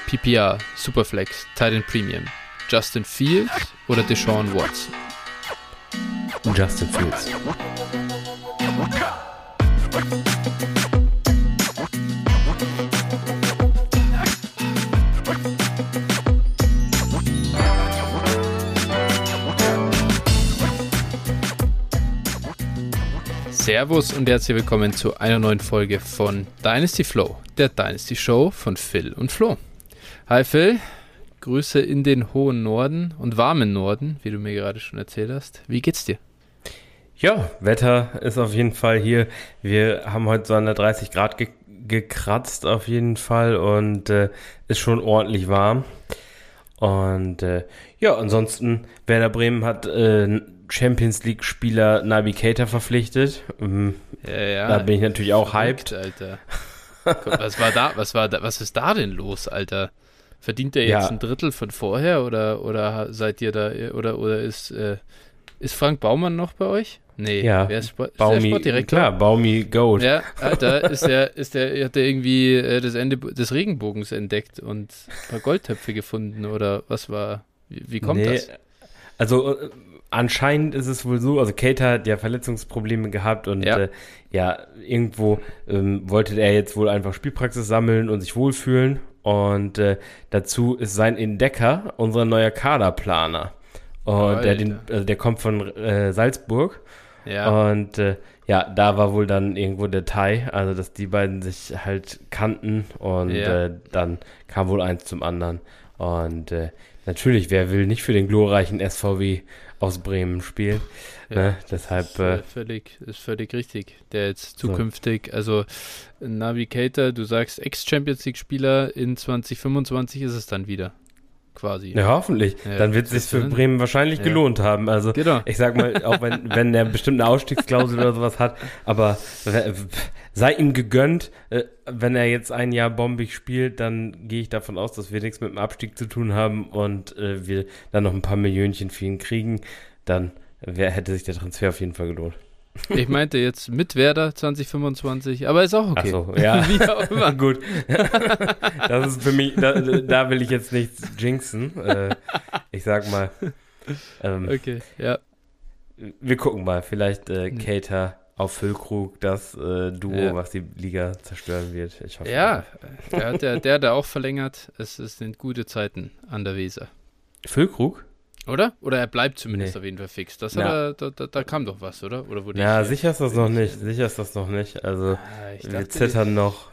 PPR, Superflex, Titan Premium, Justin Fields oder Deshaun Watson? Justin Fields. Servus und herzlich willkommen zu einer neuen Folge von Dynasty Flow, der Dynasty Show von Phil und Flo. Hi Phil, Grüße in den hohen Norden und warmen Norden, wie du mir gerade schon erzählt hast. Wie geht's dir? Ja, Wetter ist auf jeden Fall hier. Wir haben heute so an der 30 Grad gekratzt auf jeden Fall und ist schon ordentlich warm. Und ja, ansonsten Werder Bremen hat Champions League Spieler Naby Keita verpflichtet. Ja, da bin ich natürlich auch hyped. Alter. Was ist da denn los, Alter? Verdient der jetzt ein Drittel von vorher oder seid ihr da oder ist Frank Baumann noch bei euch? Nee, ja, wer ist Baumi, Sportdirektor? klar, Baumi Goat. Ja, Alter, hat der irgendwie das Ende des Regenbogens entdeckt und ein paar Goldtöpfe gefunden oder was war? Wie kommt das? Also anscheinend ist es wohl so, also Keita hat ja Verletzungsprobleme gehabt und irgendwo wollte er jetzt wohl einfach Spielpraxis sammeln und sich wohlfühlen und dazu ist sein Entdecker unser neuer Kaderplaner und der kommt von Salzburg und da war wohl dann irgendwo der Tie, also dass die beiden sich halt kannten und dann kam wohl eins zum anderen und natürlich, wer will nicht für den glorreichen SVW aus Bremen spielen. Ja, ne? Deshalb ist völlig richtig. Der jetzt zukünftig, also Naby Keita, du sagst Ex-Champions-League-Spieler, in 2025 ist es dann wieder. Quasi. Ja, hoffentlich. Dann wird es sich für Bremen wahrscheinlich gelohnt haben. Also genau. Ich sag mal, auch wenn der bestimmt eine Ausstiegsklausel oder sowas hat, aber sei ihm gegönnt, wenn er jetzt ein Jahr bombig spielt, dann gehe ich davon aus, dass wir nichts mit dem Abstieg zu tun haben und wir dann noch ein paar Millionchen für ihn kriegen, dann hätte sich der Transfer auf jeden Fall gelohnt. Ich meinte jetzt mit Werder 2025, aber ist auch okay. Ach so, ja. Wie auch immer. Gut. Das ist für mich, da will ich jetzt nichts jinxen. Ich sag mal. Okay, ja. Wir gucken mal. Vielleicht Keita auf Füllkrug, das Duo, was die Liga zerstören wird. Ich hoffe. Ja, der hat auch verlängert. Es sind gute Zeiten an der Weser. Füllkrug? Oder? Oder er bleibt zumindest auf jeden Fall fix. Das da kam doch was, oder? Oder wurde sicher ist das noch nicht. Also wir zittern noch.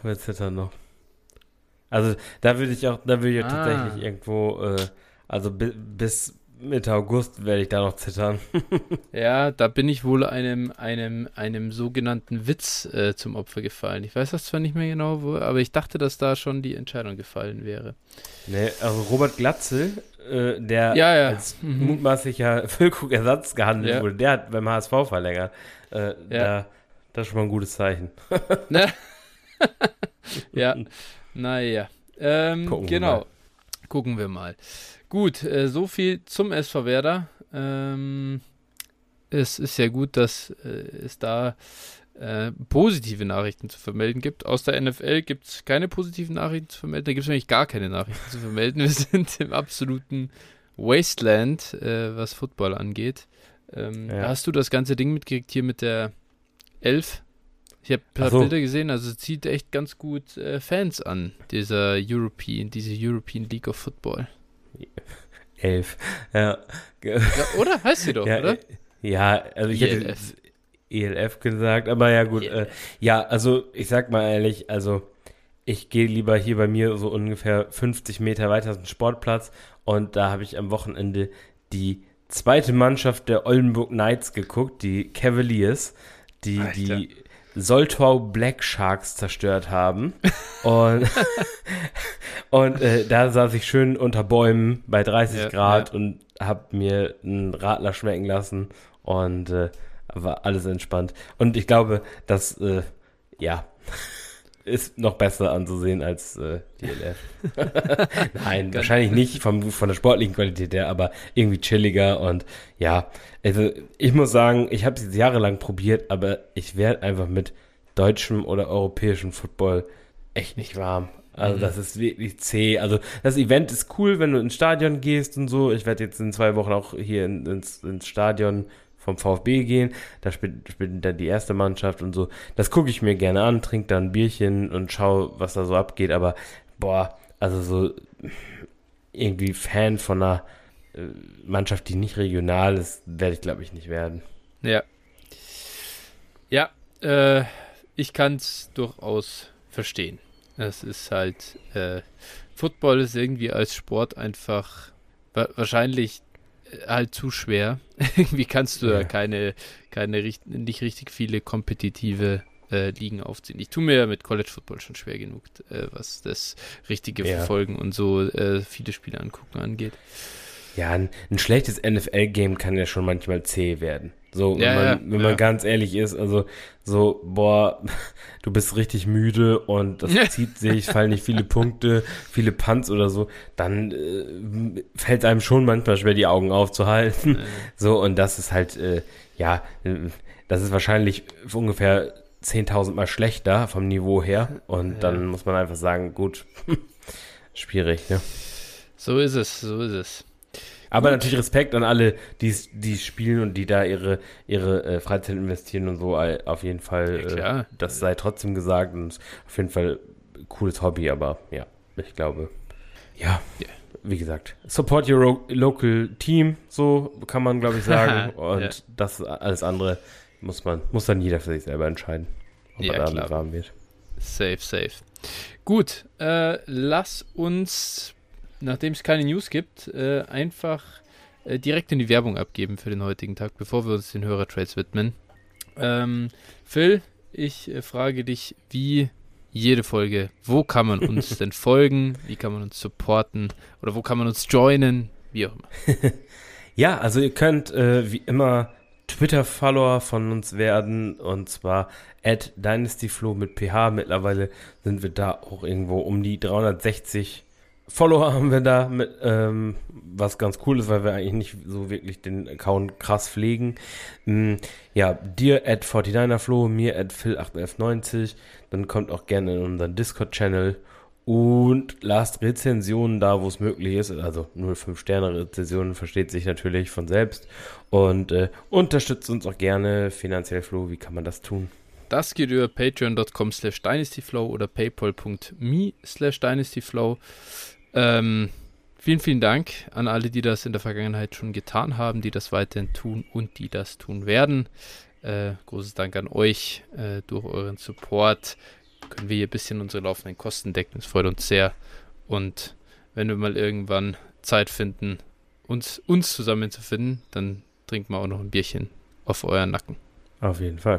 Also da würde ich tatsächlich irgendwo, also bis Mitte August werde ich da noch zittern. Ja, da bin ich wohl einem sogenannten Witz zum Opfer gefallen. Ich weiß das zwar nicht mehr genau, aber ich dachte, dass da schon die Entscheidung gefallen wäre. Nee, also Robert Glatzel, der als mutmaßlicher Füllkrug-Ersatz gehandelt wurde, der hat beim HSV verlängert. Das ist schon mal ein gutes Zeichen. Ja, naja. Gucken wir mal. Gut, so viel zum SV Werder. Es ist ja gut, dass es da positive Nachrichten zu vermelden gibt. Aus der NFL gibt es keine positiven Nachrichten zu vermelden. Da gibt es nämlich gar keine Nachrichten zu vermelden. Wir sind im absoluten Wasteland, was Football angeht. Hast du das ganze Ding mitgekriegt hier mit der 11? Ich habe ein paar Bilder gesehen, also es zieht echt ganz gut Fans an, diese European League of Football. 11, oder? Heißt sie doch, oder? Ja, also ich hätte ELF gesagt, aber ja gut. Also ich sag mal ehrlich, also ich gehe lieber hier bei mir so ungefähr 50 Meter weiter zum Sportplatz und da habe ich am Wochenende die zweite Mannschaft der Oldenburg Knights geguckt, die Cavaliers, die Soltau Black Sharks zerstört haben. Und da saß ich schön unter Bäumen bei 30 Grad und habe mir einen Radler schmecken lassen und war alles entspannt. Und ich glaube, das ist noch besser anzusehen als die LF. Nein, wahrscheinlich nicht von der sportlichen Qualität her, aber irgendwie chilliger und also ich muss sagen, ich habe es jetzt jahrelang probiert, aber ich werde einfach mit deutschem oder europäischem Football echt nicht warm. Also das ist wirklich zäh. Also das Event ist cool, wenn du ins Stadion gehst und so. Ich werde jetzt in 2 Wochen auch hier ins Stadion vom VfB gehen. Da spielt dann die erste Mannschaft und so. Das gucke ich mir gerne an, trinke dann ein Bierchen und schaue, was da so abgeht. Aber also so irgendwie Fan von einer Mannschaft, die nicht regional ist, werde ich, glaube ich, nicht werden. Ja. Ja, ich kann es durchaus verstehen. Es ist halt, Football ist irgendwie als Sport einfach wahrscheinlich halt zu schwer. Irgendwie kannst du da nicht richtig viele kompetitive Ligen aufziehen. Ich tue mir ja mit College Football schon schwer genug, was das richtige Verfolgen und so viele Spiele angucken angeht. Ja, ein schlechtes NFL-Game kann ja schon manchmal zäh werden. So, wenn man ganz ehrlich ist, also so, du bist richtig müde und das zieht sich, fallen nicht viele Punkte, viele Punts oder so, dann fällt einem schon manchmal schwer, die Augen aufzuhalten. So, und das ist halt, das ist wahrscheinlich ungefähr 10.000 Mal schlechter vom Niveau her und dann muss man einfach sagen, gut, schwierig, ne? So ist es. Aber natürlich Respekt an alle, die spielen und die da ihre Freizeit investieren und so, auf jeden Fall, ja, das sei trotzdem gesagt und auf jeden Fall cooles Hobby, aber ja, ich glaube, wie gesagt, support your local team, so kann man, glaube ich, sagen und das alles andere muss dann jeder für sich selber entscheiden, ob er da mit warm wird. Safe. Gut, lass uns, nachdem es keine News gibt, einfach direkt in die Werbung abgeben für den heutigen Tag, bevor wir uns den Hörertrades widmen. Phil, ich frage dich, wie jede Folge, wo kann man uns denn folgen, wie kann man uns supporten oder wo kann man uns joinen, wie auch immer. Ja, also ihr könnt wie immer Twitter-Follower von uns werden und zwar @dynastyflo mit PH. Mittlerweile sind wir da auch irgendwo um die 360 Follower haben wir da, mit, was ganz cool ist, weil wir eigentlich nicht so wirklich den Account krass pflegen. Dir @49erflo, mir @phil81190, dann kommt auch gerne in unseren Discord-Channel und lasst Rezensionen da, wo es möglich ist, also 0,5-Sterne-Rezensionen, versteht sich natürlich von selbst und unterstützt uns auch gerne finanziell. Flo, wie kann man das tun? Das geht über patreon.com/dynastyflow oder paypal.me/dynastyflow. Vielen Dank an alle, die das in der Vergangenheit schon getan haben, die das weiterhin tun und die das tun werden. Großes Dank an euch. Durch euren Support können wir hier ein bisschen unsere laufenden Kosten decken. Das freut uns sehr. Und wenn wir mal irgendwann Zeit finden, uns zusammenzufinden, dann trinken wir auch noch ein Bierchen auf euren Nacken. Auf jeden Fall.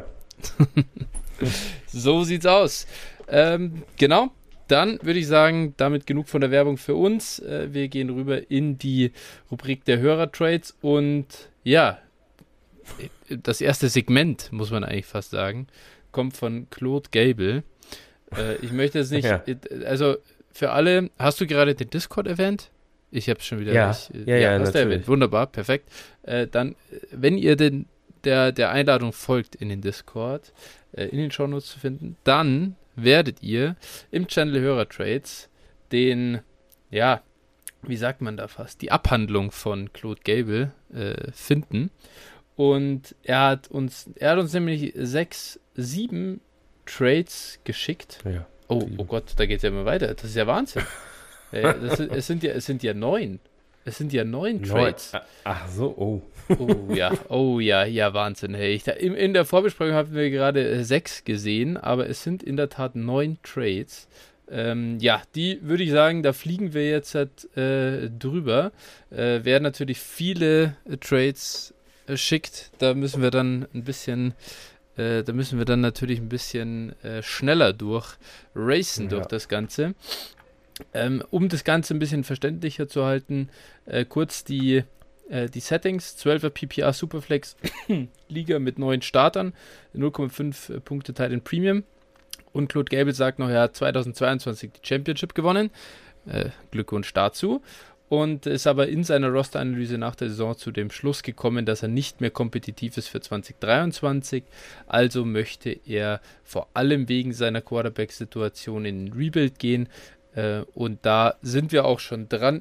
So sieht's aus. Genau. Dann würde ich sagen, damit genug von der Werbung für uns. Wir gehen rüber in die Rubrik der Hörertrades und ja, das erste Segment, muss man eigentlich fast sagen, kommt von Claude Gable. Ich möchte jetzt nicht, also für alle, hast du gerade den Discord erwähnt? Ich habe es schon wieder. Ja, hast du erwähnt. Wunderbar, perfekt. Dann, wenn ihr der Einladung folgt in den Discord, in den Shownotes zu finden, dann werdet ihr im Channel Hörertrades den, wie sagt man da fast, die Abhandlung von Claude Gable finden. Und er hat uns nämlich 7 Trades geschickt. Ja, oh Gott, da geht es ja immer weiter. Das ist ja Wahnsinn. Es sind ja 9. Es sind ja 9 Trades. Ach so, oh. Oh ja, Wahnsinn. Hey, in der Vorbesprechung haben wir gerade 6 gesehen, aber es sind in der Tat 9 Trades. Die würde ich sagen, da fliegen wir jetzt drüber. Wer natürlich viele Trades schickt, da müssen wir dann natürlich ein bisschen schneller durchracen durch das Ganze. Um das Ganze ein bisschen verständlicher zu halten, kurz die Settings: 12er PPR Superflex Liga mit 9 Startern, 0,5 Punkte Teil in Premium. Und Claude Gable sagt noch, er hat 2022 die Championship gewonnen. Glückwunsch dazu. Und ist aber in seiner Roster-Analyse nach der Saison zu dem Schluss gekommen, dass er nicht mehr kompetitiv ist für 2023. Also möchte er vor allem wegen seiner Quarterback-Situation in den Rebuild gehen. Und da sind wir auch schon dran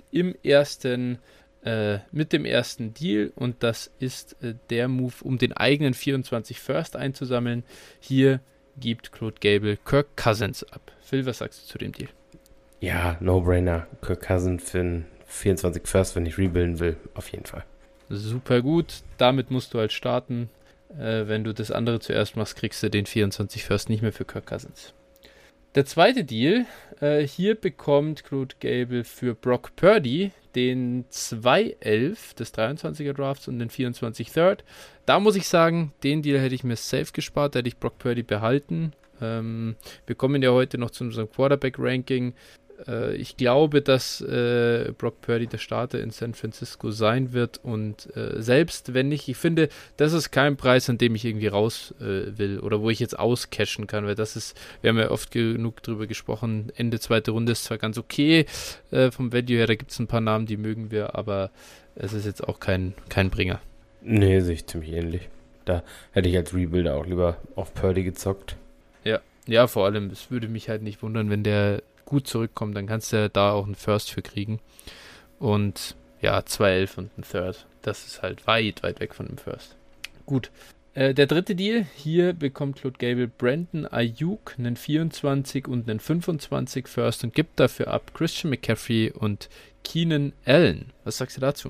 mit dem ersten Deal, und das ist der Move, um den eigenen 24 First einzusammeln. Hier gibt Claude Gable Kirk Cousins ab. Phil, was sagst du zu dem Deal? Ja, No-Brainer. Kirk Cousins für einen 24 First, wenn ich rebuilden will, auf jeden Fall. Super gut. Damit musst du halt starten. Wenn du das andere zuerst machst, kriegst du den 24 First nicht mehr für Kirk Cousins. Der zweite Deal, hier bekommt Claude Gable für Brock Purdy den 2-11 des 23er Drafts und den 24 Third. Da muss ich sagen, den Deal hätte ich mir safe gespart, da hätte ich Brock Purdy behalten. Wir kommen ja heute noch zu unserem Quarterback-Ranking. Ich glaube, dass Brock Purdy der Starter in San Francisco sein wird, und selbst wenn nicht, ich finde, das ist kein Preis, an dem ich irgendwie raus will oder wo ich jetzt auscashen kann, weil das ist, wir haben ja oft genug drüber gesprochen, Ende zweite Runde ist zwar ganz okay vom Value her, da gibt es ein paar Namen, die mögen wir, aber es ist jetzt auch kein Bringer. Nee, sehe ich ziemlich ähnlich. Da hätte ich als Rebuilder auch lieber auf Purdy gezockt. Ja, vor allem, es würde mich halt nicht wundern, wenn der gut zurückkommt, dann kannst du ja da auch einen First für kriegen. Und ja, 2-11 und ein Third. Das ist halt weit weg von dem First. Gut. Der dritte Deal. Hier bekommt Claude Gable Brandon Ayuk einen 24 und einen 25 First und gibt dafür ab Christian McCaffrey und Keenan Allen. Was sagst du dazu?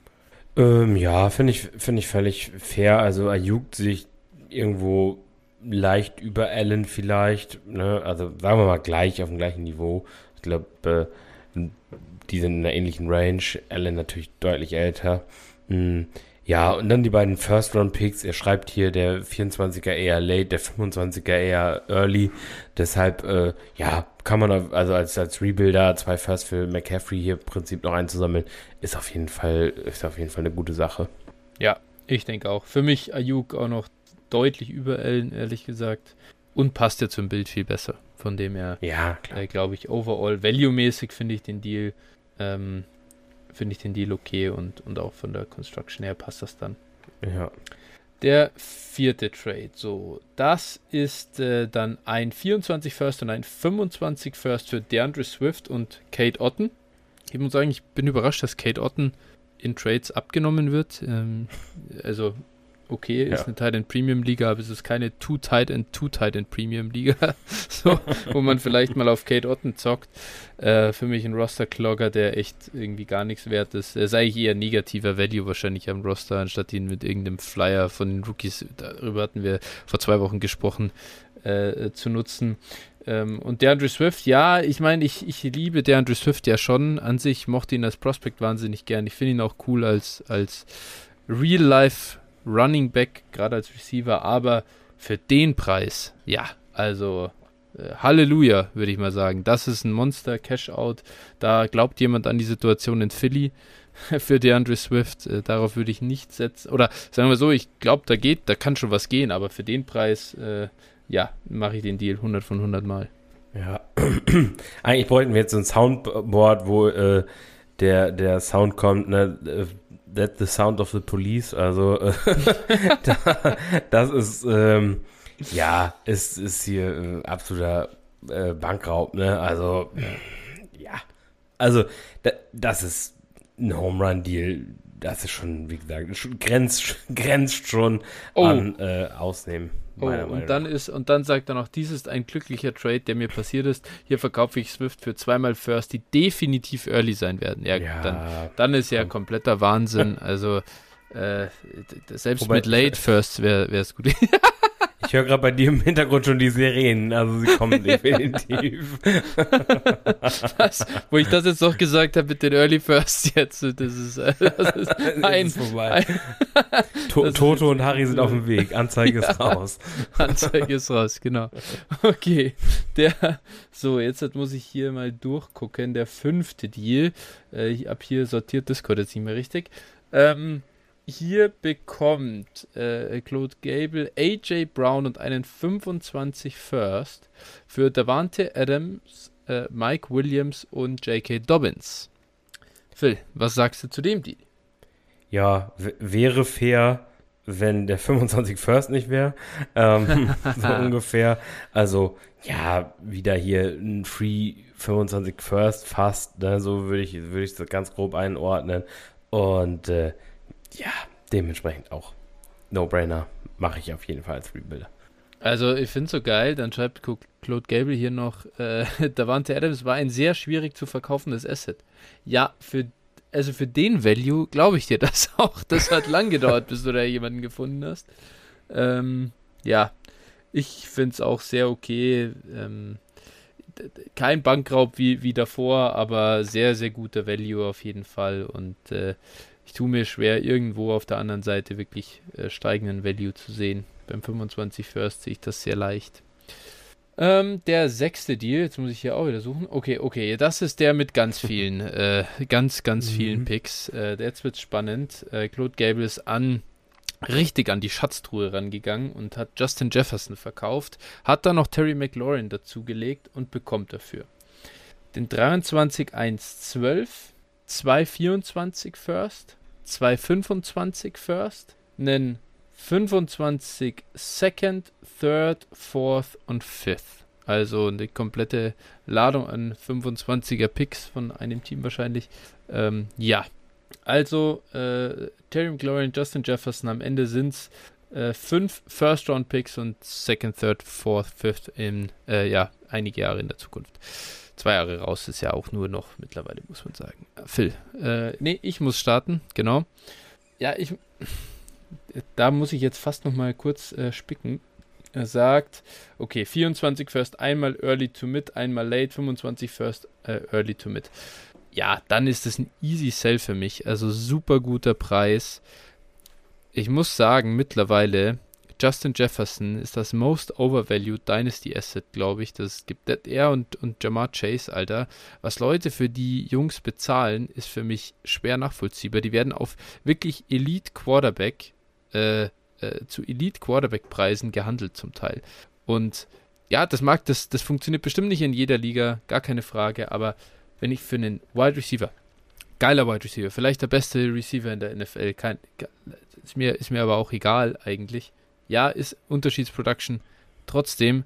Ja, finde ich völlig fair. Also Ayuk sich irgendwo leicht über Allen vielleicht, ne? Also sagen wir mal gleich, auf dem gleichen Niveau. Ich glaube, die sind in einer ähnlichen Range. Allen natürlich deutlich älter. Ja, und dann die beiden First-Round-Picks. Er schreibt hier, der 24er eher late, der 25er eher early. Deshalb, ja, kann man also als Rebuilder 2 First für McCaffrey hier im Prinzip noch einzusammeln, ist auf jeden Fall eine gute Sache. Ja, ich denke auch. Für mich Ayuk auch noch deutlich über Allen, ehrlich gesagt. Und passt ja zum Bild viel besser. Von dem her, ja, glaube ich, overall value-mäßig finde ich den Deal okay, und auch von der Construction her passt das dann. Ja. Der vierte Trade, so, das ist dann ein 24 First und ein 25 First für DeAndre Swift und Kate Otten. Ich muss sagen, ich bin überrascht, dass Kate Otten in Trades abgenommen wird. Also okay, ist eine Tight End Premium Liga, aber es ist keine Two Tight End Premium Liga, so, wo man vielleicht mal auf Kate Otten zockt. Für mich ein Roster-Clogger, der echt irgendwie gar nichts wert ist. Er ist eigentlich eher negativer Value wahrscheinlich am Roster, anstatt ihn mit irgendeinem Flyer von den Rookies, darüber hatten wir vor 2 Wochen gesprochen, zu nutzen. Und DeAndre Swift, ja, ich meine, ich liebe DeAndre Swift ja schon an sich, mochte ihn als Prospect wahnsinnig gern. Ich finde ihn auch cool als Real-Life Running Back, gerade als Receiver, aber für den Preis, ja, also Halleluja, würde ich mal sagen. Das ist ein Monster Cash-Out. Da glaubt jemand an die Situation in Philly für DeAndre Swift. Darauf würde ich nicht setzen. Oder sagen wir so, ich glaube, da kann schon was gehen, aber für den Preis, ja, mache ich den Deal 100 von 100 Mal. Ja, eigentlich bräuchten wir jetzt so ein Soundboard, wo der Sound kommt, ne? That's the sound of the police, also das ist ja, ist hier absoluter Bankraub, ne? Also ja, also das ist ein Home Run Deal, das ist schon, wie gesagt, grenzt schon an Ausnehmen. Und dann sagt er noch, dies ist ein glücklicher Trade, der mir passiert ist. Hier verkaufe ich Swift für 2-mal First, die definitiv early sein werden. Ja. Dann ist ja kompletter Wahnsinn. Also selbst mit Late First wäre es gut. Ich höre gerade bei dir im Hintergrund schon die Sirenen, also sie kommen definitiv. Wo ich das jetzt noch gesagt habe mit den Early First jetzt, das ist vorbei. Toto und Harry sind auf dem Weg, Anzeige ist raus. Anzeige ist raus, genau. Okay, jetzt muss ich hier mal durchgucken, der 5. Deal, ab hier sortiert Discord jetzt nicht mehr richtig, hier bekommt Claude Gable AJ Brown und einen 25 First für Davante Adams, Mike Williams und J.K. Dobbins. Phil, was sagst du zu dem Deal? Ja, wäre fair. wenn der 25 First nicht wäre. So ungefähr. Also, ja, wieder hier ein Free 25 First fast, ne? So würde ich das ganz grob einordnen. Und ja, dementsprechend auch No-Brainer mache ich auf jeden Fall als Rebuilder. Also ich finde es so geil, dann schreibt Claude Gable hier noch, Davante Adams war ein sehr schwierig zu verkaufendes Asset. Ja, für den Value glaube ich dir das auch. Das hat lang gedauert, bis du da jemanden gefunden hast. Ja, ich finde es auch sehr okay. Kein Bankraub wie davor, aber sehr, sehr guter Value auf jeden Fall. Und ich tue mir schwer, irgendwo auf der anderen Seite wirklich steigenden Value zu sehen. Beim 25 First sehe ich das sehr leicht. Der 6. Deal, jetzt muss ich hier auch wieder suchen. Okay, das ist der mit ganz vielen, ganz vielen Picks. Jetzt wird's spannend. Claude Gable ist richtig an die Schatztruhe rangegangen und hat Justin Jefferson verkauft, hat dann noch Terry McLaurin dazugelegt und bekommt dafür den 23-1-12, 2-24 First, 2-25 First, einen 25 Second, Third, Fourth und Fifth. Also eine komplette Ladung an 25er Picks von einem Team wahrscheinlich. Ja, also Terry McLaurin, Justin Jefferson, am Ende sind es 5 First-Round-Picks und Second, Third, Fourth, Fifth in einige Jahre in der Zukunft. 2 Jahre raus ist ja auch nur noch mittlerweile, muss man sagen. Phil, ich muss starten, genau. Ja, da muss ich jetzt fast noch mal kurz spicken. Er sagt, okay, 24 First, einmal Early to Mid, einmal Late, 25 First, Early to Mid. Ja, dann ist es ein easy Sell für mich. Also super guter Preis. Ich muss sagen, mittlerweile, Justin Jefferson ist das most overvalued Dynasty Asset, glaube ich. Das gibt er und Jamar Chase, Alter. Was Leute für die Jungs bezahlen, ist für mich schwer nachvollziehbar. Die werden auf wirklich Elite Quarterback zu Elite-Quarterback-Preisen gehandelt zum Teil. Und ja, das funktioniert bestimmt nicht in jeder Liga, gar keine Frage, aber wenn ich für einen Wide Receiver, geiler Wide Receiver, vielleicht der beste Receiver in der NFL, ist mir aber auch egal eigentlich. Ja, ist Unterschiedsproduction. Trotzdem,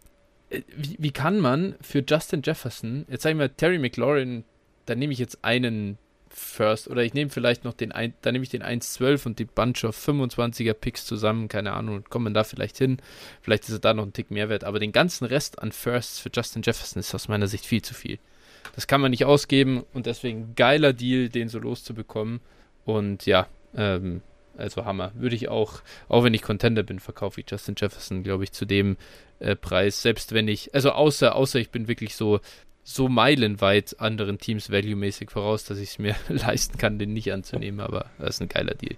wie kann man für Justin Jefferson, jetzt sag ich mal Terry McLaurin, da nehme ich jetzt einen First, oder ich nehme vielleicht noch dann nehme ich den 1-12 und die Bunch of 25er Picks zusammen, keine Ahnung, und kommen da vielleicht hin. Vielleicht ist er da noch ein Tick mehr wert, aber den ganzen Rest an Firsts für Justin Jefferson ist aus meiner Sicht viel zu viel. Das kann man nicht ausgeben und deswegen geiler Deal, den so loszubekommen. Und ja, also Hammer. Würde ich auch wenn ich Contender bin, verkaufe ich Justin Jefferson, glaube ich, zu dem Preis. Selbst wenn ich, also außer ich bin wirklich so meilenweit anderen Teams value-mäßig voraus, dass ich es mir leisten kann, den nicht anzunehmen, aber das ist ein geiler Deal.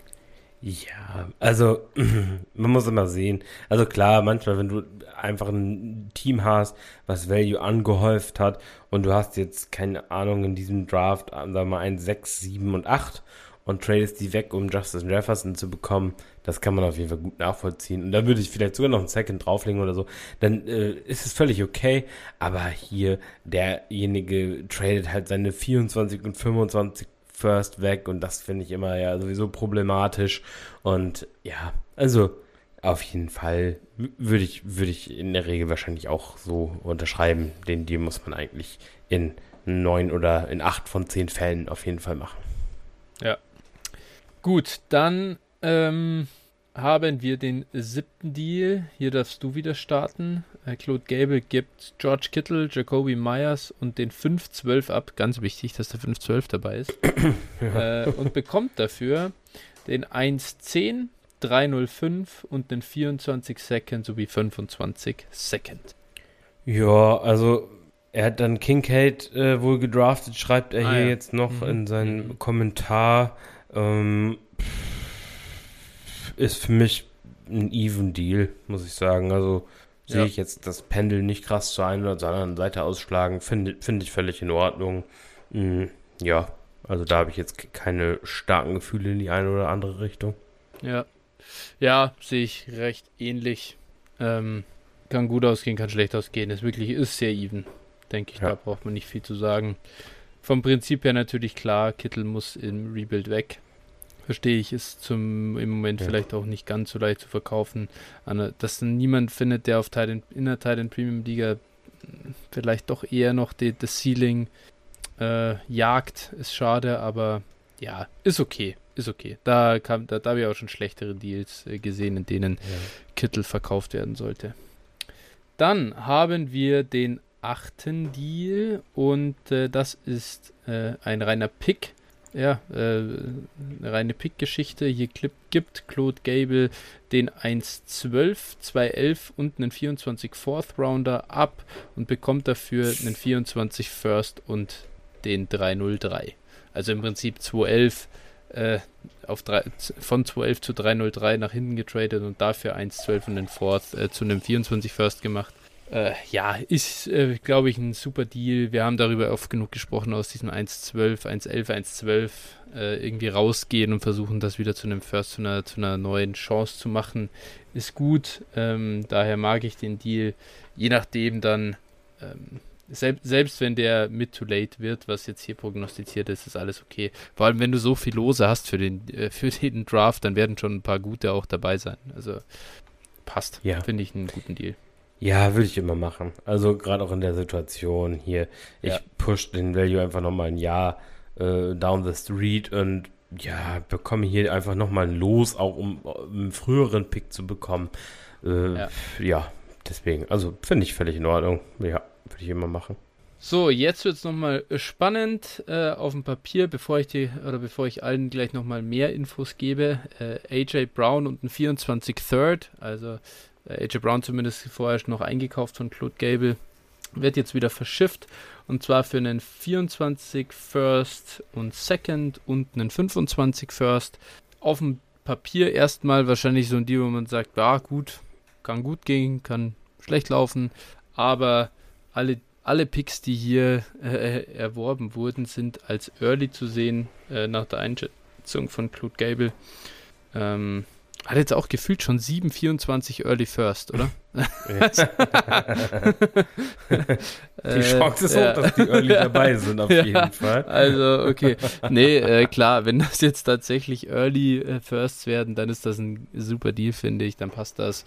Ja, also man muss immer sehen. Also klar, manchmal, wenn du einfach ein Team hast, was Value angehäuft hat und du hast jetzt, keine Ahnung, in diesem Draft, sagen wir mal, 1, 6, 7 und 8 und tradest die weg, um Justin Jefferson zu bekommen, das kann man auf jeden Fall gut nachvollziehen. Und da würde ich vielleicht sogar noch einen Second drauflegen oder so, dann ist es völlig okay. Aber hier, derjenige tradet halt seine 24 und 25 First weg und das finde ich immer ja sowieso problematisch. Und ja, also auf jeden Fall würde ich in der Regel wahrscheinlich auch so unterschreiben. Den Deal muss man eigentlich in 9 oder in 8 von 10 Fällen auf jeden Fall machen. Ja. Gut, dann haben wir den 7. Deal. Hier darfst du wieder starten. Claude Gable gibt George Kittle, Jacoby Myers und den 5-12 ab. Ganz wichtig, dass der 5-12 dabei ist. Und bekommt dafür den 1-10, 3-0-5 und den 24 Second sowie 25 Second. Ja, also er hat dann Kincaid wohl gedraftet, schreibt er hier jetzt noch in seinem Kommentar. Ist für mich ein Even Deal, muss ich sagen. Also sehe ich jetzt das Pendel nicht krass zur einen oder zur anderen Seite ausschlagen. Finde ich völlig in Ordnung. Ja, also da habe ich jetzt keine starken Gefühle in die eine oder andere Richtung. Ja, sehe ich recht ähnlich. Kann gut ausgehen, kann schlecht ausgehen. Ist sehr even, denke ich. Da braucht man nicht viel zu sagen. Vom Prinzip her natürlich klar, Kittle muss im Rebuild weg. verstehe ich, ist im Moment vielleicht auch nicht ganz so leicht zu verkaufen. Dass dann niemand findet, der in der Tight End Premium Liga vielleicht doch eher noch das Ceiling jagt, ist schade, aber ja, ist okay. Da habe ich auch schon schlechtere Deals gesehen, in denen Kittel verkauft werden sollte. Dann haben wir den 8. Deal und das ist ein reiner Pick. Ja, eine reine Pick-Geschichte. Hier gibt Claude Gable den 1,12, 2,11 und einen 24 Fourth Rounder ab und bekommt dafür einen 24 First und den 3,03. Also im Prinzip 2,11 von 2,11 zu 3,03 nach hinten getradet und dafür 1,12 und den Fourth zu einem 24 First gemacht. Ist, glaube ich, ein super Deal. Wir haben darüber oft genug gesprochen, aus diesem 1,12, 1,11, 1,12 irgendwie rausgehen und versuchen, das wieder zu einem First, zu einer neuen Chance zu machen. Ist gut. Daher mag ich den Deal. Je nachdem dann, selbst wenn der mid to late wird, was jetzt hier prognostiziert ist, ist alles okay. Vor allem, wenn du so viel Lose hast für den Draft, dann werden schon ein paar gute auch dabei sein. Also passt. Ja. Finde ich einen guten Deal. Ja, würde ich immer machen. Also gerade auch in der Situation hier. Ich push den Value einfach nochmal ein Jahr down the street und bekomme hier einfach nochmal ein Los, auch um einen früheren Pick zu bekommen. Deswegen. Also finde ich völlig in Ordnung. Ja, würde ich immer machen. So, jetzt wird es nochmal spannend auf dem Papier, bevor ich allen gleich nochmal mehr Infos gebe. AJ Brown und ein 24 Third, also AJ Brown zumindest vorher noch eingekauft von Claude Gable, wird jetzt wieder verschifft und zwar für einen 24 First und Second und einen 25 First. Auf dem Papier erstmal wahrscheinlich so ein Deal, wo man sagt, ja gut, kann gut gehen, kann schlecht laufen, aber alle Picks, die hier erworben wurden, sind als Early zu sehen, nach der Einschätzung von Claude Gable. Hat jetzt auch gefühlt schon 7,24 Early First, oder? Die Chance ist hoch, dass die Early dabei sind, auf jeden Fall. Also, okay. Nee, klar, wenn das jetzt tatsächlich Early Firsts werden, dann ist das ein super Deal, finde ich. Dann passt das.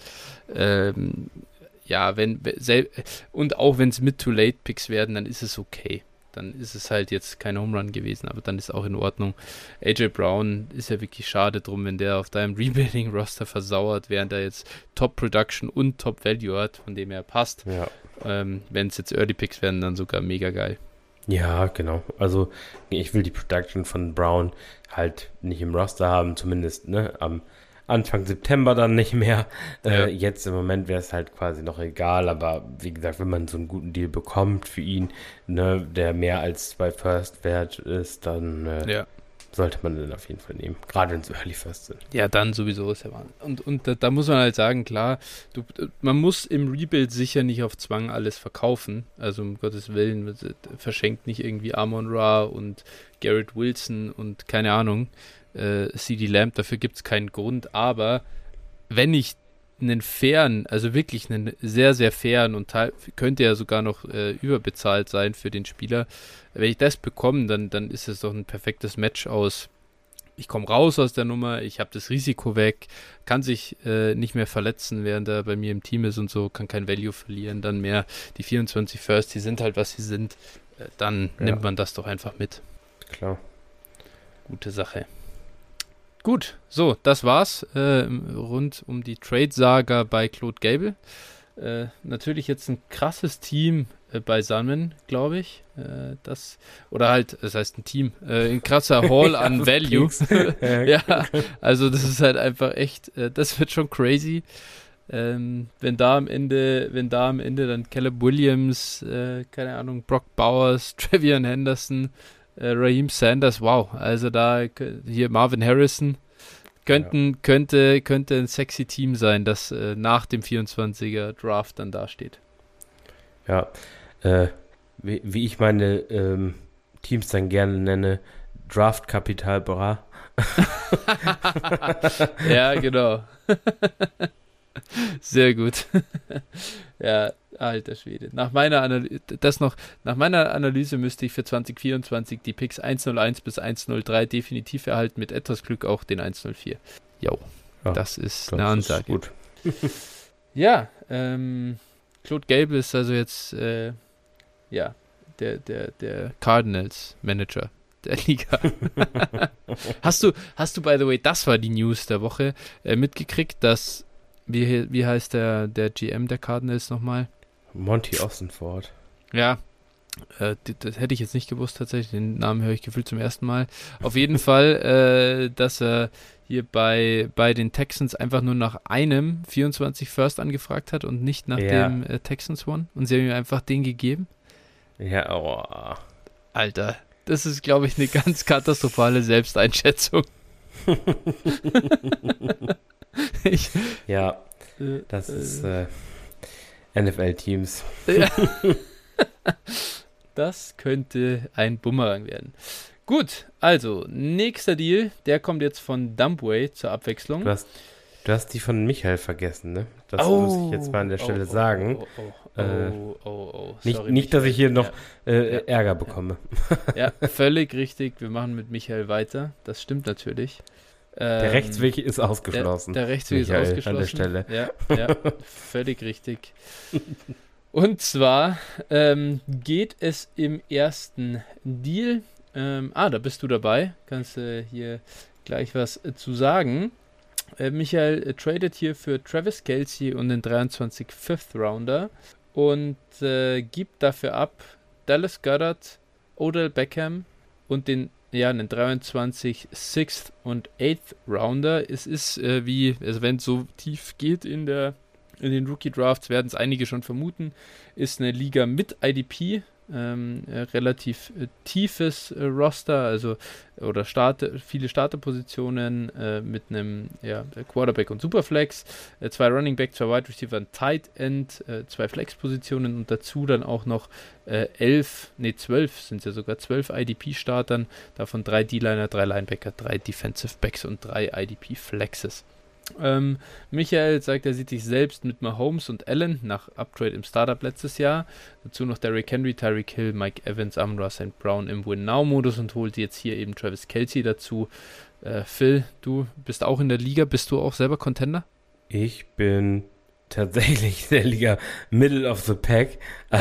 Und auch wenn es Mid-to-Late-Picks werden, dann ist es okay. Dann ist es halt jetzt kein Home Run gewesen, aber dann ist auch in Ordnung. AJ Brown ist ja wirklich schade drum, wenn der auf deinem Rebuilding-Roster versauert, während er jetzt Top-Production und Top-Value hat, von dem er passt. Ja. Wenn es jetzt Early-Picks werden, dann sogar mega geil. Ja, genau. Also ich will die Production von Brown halt nicht im Roster haben, zumindest am Anfang September dann nicht mehr. Jetzt im Moment wäre es halt quasi noch egal, aber wie gesagt, wenn man so einen guten Deal bekommt für ihn, der mehr als 2 First wert ist, dann sollte man den auf jeden Fall nehmen. Gerade wenn es Early First sind. Ja, dann sowieso ist ja Wahnsinn. Und da muss man halt sagen, klar, man muss im Rebuild sicher nicht auf Zwang alles verkaufen. Also um Gottes Willen, verschenkt nicht irgendwie Amon-Ra und Garrett Wilson und keine Ahnung, CeeDee Lamb, dafür gibt es keinen Grund, aber wenn ich einen fairen, also wirklich einen sehr, sehr fairen und könnte ja sogar noch überbezahlt sein für den Spieler, wenn ich das bekomme, dann ist es doch ein perfektes Match aus. Ich komme raus aus der Nummer, ich habe das Risiko weg, kann sich nicht mehr verletzen, während er bei mir im Team ist und so, kann kein Value verlieren, dann mehr die 24 First, die sind halt, was sie sind, dann nimmt man das doch einfach mit. Klar. Gute Sache. Gut, so, das war's rund um die Trade-Saga bei Claude Gable. Natürlich jetzt ein krasses Team beisammen, glaube ich. Das heißt ein Team, ein krasser Haul an Value. Ja, also das ist halt einfach echt, das wird schon crazy. Wenn da am Ende dann Caleb Williams, keine Ahnung, Brock Bowers, Trevion Henderson, Raheem Sanders, wow, also da hier Marvin Harrison könnte ein sexy Team sein, das nach dem 24er Draft dann dasteht. Ja, wie ich meine Teams dann gerne nenne, Draft Capital Bra. Ja, genau. Sehr gut. Ja, alter Schwede. Nach meiner Analyse müsste ich für 2024 die Picks 101 bis 103 definitiv erhalten, mit etwas Glück auch den 104. Jo, das ist eine Ansage. Ist gut. Ja, Claude Gable ist also jetzt der Cardinals Manager der Liga. Hast du, by the way, das war die News der Woche, mitgekriegt, dass, wie heißt der GM der Cardinals nochmal? Monty Ossenford. Ja, das hätte ich jetzt nicht gewusst tatsächlich, den Namen höre ich gefühlt zum ersten Mal. Auf jeden Fall, dass er hier bei den Texans einfach nur nach einem 24 First angefragt hat und nicht nach dem Texans One, und sie haben ihm einfach den gegeben. Ja, Alter, das ist, glaube ich, eine ganz katastrophale Selbsteinschätzung. Das ist NFL-Teams. Ja. Das könnte ein Bumerang werden. Gut, also, nächster Deal, der kommt jetzt von Dumpway zur Abwechslung. Du hast die von Michael vergessen, ne? Das muss ich jetzt mal an der Stelle sagen. Sorry, nicht, dass ich hier noch Ärger bekomme. Ja, völlig richtig. Wir machen mit Michael weiter. Das stimmt natürlich. Der Rechtsweg ist ausgeschlossen. Der Rechtsweg Michael, ist ausgeschlossen. An der Stelle. Ja, völlig richtig. Und zwar geht es im ersten Deal. Da bist du dabei. Kannst du hier gleich was zu sagen. Michael tradet hier für Travis Kelce und den 23 Fifth Rounder und gibt dafür ab Dallas Goedert, Odell Beckham und einen 23 Sixth und 8th Rounder. Es ist wenn es so tief geht in den Rookie Drafts, werden es einige schon vermuten, ist eine Liga mit IDP, relativ tiefes Roster, oder viele Starterpositionen mit einem Quarterback und Superflex, 2 Running Back, 2 Wide Receiver, ein Tight End, 2 Flex-Positionen und dazu dann auch noch 12 sind es ja sogar 12 IDP-Startern, davon 3 D-Liner, 3 Linebacker, 3 Defensive Backs und 3 IDP-Flexes. Michael sagt, er sieht sich selbst mit Mahomes und Allen nach Uptrade im Startup letztes Jahr. Dazu noch Derrick Henry, Tyreek Hill, Mike Evans, Amon-Ra St. Brown im Win-Now-Modus und holt jetzt hier eben Travis Kelce dazu. Phil, du bist auch in der Liga. Bist du auch selber Contender? Ich bin tatsächlich in der Liga Middle of the Pack.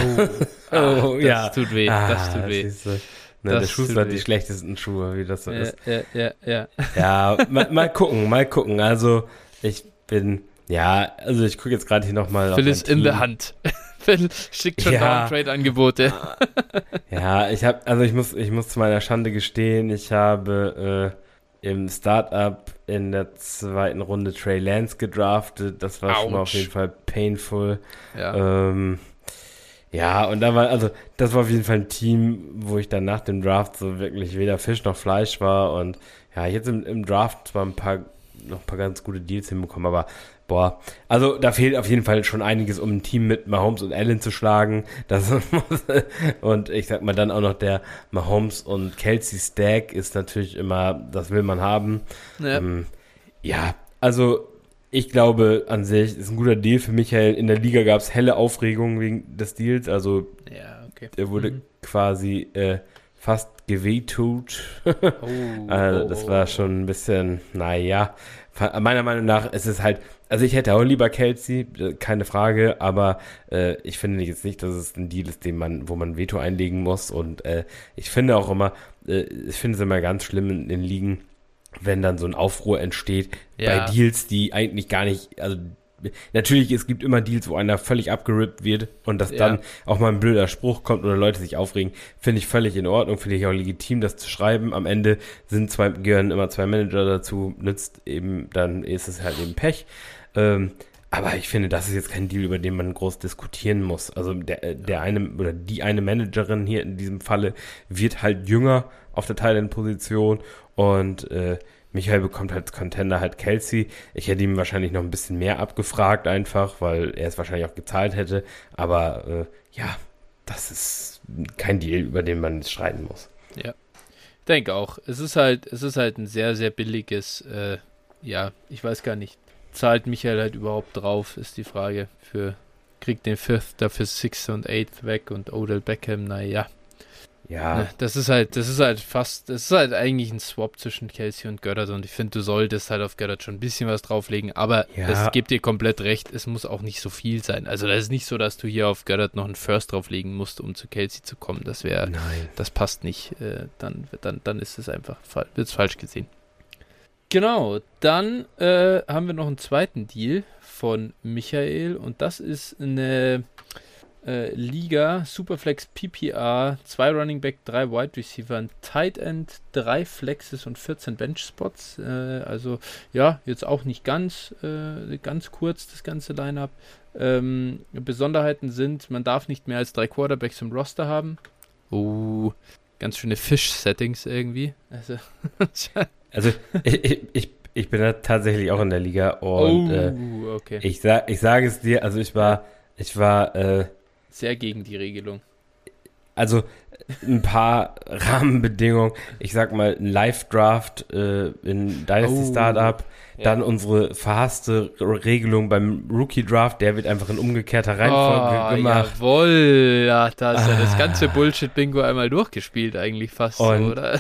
Das tut weh. Das tut weh. Der Schuster hat die schlechtesten Schuhe, wie das so ist. Ja. Ja, mal gucken. Also, ich gucke jetzt gerade hier nochmal auf Phil ist in der Hand. Phil schickt schon Downtrade-Angebote. Ja, ich muss zu meiner Schande gestehen, ich habe im Startup in der 2. Runde Trey Lance gedraftet. Das war schon mal auf jeden Fall painful. Ja. Und das war auf jeden Fall ein Team, wo ich dann nach dem Draft so wirklich weder Fisch noch Fleisch war. Und ja, jetzt im Draft zwar noch ein paar ganz gute Deals hinbekommen, aber also da fehlt auf jeden Fall schon einiges, um ein Team mit Mahomes und Allen zu schlagen. Und ich sag mal dann auch noch der Mahomes und Kelce Stack ist natürlich immer, das will man haben. Ja, also ich glaube, an sich ist ein guter Deal für Michael. In der Liga gab es helle Aufregung wegen des Deals. Also, der wurde quasi fast gewehtut. Das war schon ein bisschen, meiner Meinung nach ist es halt, also ich hätte auch lieber Kelce, keine Frage, aber ich finde jetzt nicht, dass es ein Deal ist, wo man Veto einlegen muss. Und ich finde auch immer, es immer ganz schlimm in den Ligen, wenn dann so ein Aufruhr entsteht bei Deals, die eigentlich gar nicht, also natürlich, es gibt immer Deals, wo einer völlig abgerippt wird und dass dann auch mal ein blöder Spruch kommt oder Leute sich aufregen, finde ich völlig in Ordnung, finde ich auch legitim, das zu schreiben. Am Ende gehören immer 2 Manager dazu, dann ist es halt eben Pech. Aber ich finde, das ist jetzt kein Deal, über den man groß diskutieren muss. Also der eine oder die eine Managerin hier in diesem Falle wird halt jünger auf der Tight-End-Position und Michael bekommt als Contender halt Kelce. Ich hätte ihm wahrscheinlich noch ein bisschen mehr abgefragt einfach, weil er es wahrscheinlich auch gezahlt hätte. Aber das ist kein Deal, über den man streiten muss. Ja, ich denke auch. Es ist halt ein sehr, sehr billiges, ich weiß gar nicht, zahlt Michael halt überhaupt drauf, ist die Frage für kriegt den Fifth, dafür Sixth und Eighth weg und Odell Beckham, naja. Ja. Das ist halt eigentlich ein Swap zwischen Kelsey und Goddard und ich finde, du solltest halt auf Goddard schon ein bisschen was drauflegen, aber es gibt dir komplett recht, es muss auch nicht so viel sein. Also das ist nicht so, dass du hier auf Goddard noch einen First drauflegen musst, um zu Kelsey zu kommen. Das passt nicht. Dann ist es einfach, wird es falsch gesehen. Genau, dann haben wir noch einen zweiten Deal von Michael und das ist eine Liga, Superflex PPR, 2 Running Back, 3 Wide Receiver, ein Tight End, 3 Flexes und 14 Bench Spots. Also ja, jetzt auch nicht ganz kurz das ganze Lineup. Besonderheiten sind, man darf nicht mehr als 3 Quarterbacks im Roster haben. Ganz schöne Fish-Settings irgendwie. Also ich bin da tatsächlich auch in der Liga und okay. ich sage es dir, also ich war sehr gegen die Regelung. Also ein paar Rahmenbedingungen. Ich sag mal, ein Live-Draft in Dynasty Startup. Ja. Dann unsere verhasste Regelung beim Rookie-Draft. Der wird einfach in umgekehrter Reihenfolge gemacht. Jawohl. Ja, da ist ja das ganze Bullshit-Bingo einmal durchgespielt eigentlich fast so, oder?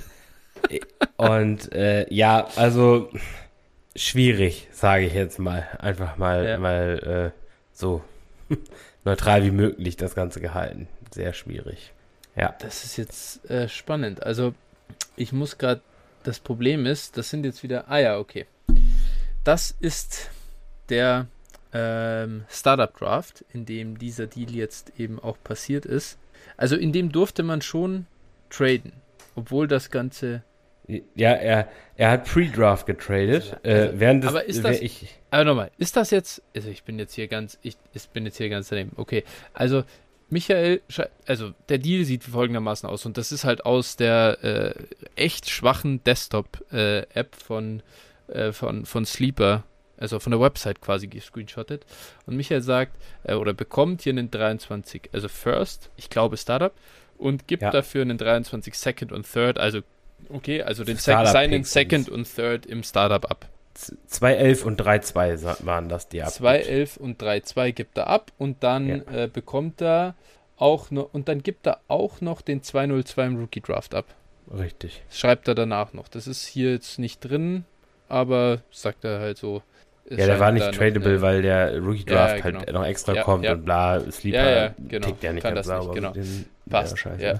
Und ja, also schwierig, sage ich jetzt mal. Einfach mal so neutral wie möglich das Ganze gehalten. Sehr schwierig. Ja. Das ist jetzt spannend. Also, ich muss gerade, das Problem ist, das sind jetzt wieder, okay. Das ist der Startup Draft, in dem dieser Deal jetzt eben auch passiert ist. Also, in dem durfte man schon traden, obwohl das Ganze... Ja, er hat Pre-Draft getradet. Während des, aber ist das... Aber nochmal, ist das jetzt... Also ich bin jetzt hier ganz daneben. Okay, also Michael... Also der Deal sieht folgendermaßen aus und das ist halt aus der echt schwachen Desktop-App von Sleeper, also von der Website quasi gescreenshottet. Und Michael sagt, oder bekommt hier einen 23, also First, ich glaube Startup, und gibt dafür einen 23 Second und Third, also okay, also seinen Second und Third im Startup ab. 2,11 und 3,2 waren das die ab. 2,11 und 3,2 gibt er ab und dann bekommt er auch noch, und dann gibt er auch noch den 2,02 im Rookie Draft ab. Richtig. Das schreibt er danach noch. Das ist hier jetzt nicht drin, aber sagt er halt so. Ja, der war nicht tradable, weil der Rookie Draft halt noch extra kommt und bla, Sleeper tickt ja nicht ganz sauber. Genau. Passt. Ja.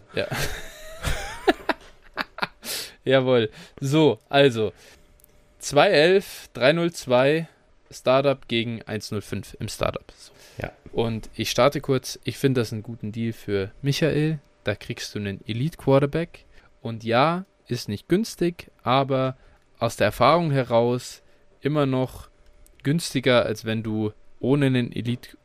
Jawohl. So, also 2,11, 3,02 Startup gegen 1,05 im Startup. So. Ja. Und ich starte kurz. Ich finde das einen guten Deal für Michael. Da kriegst du einen Elite Quarterback. Und ja, ist nicht günstig, aber aus der Erfahrung heraus immer noch günstiger, als wenn du ohne einen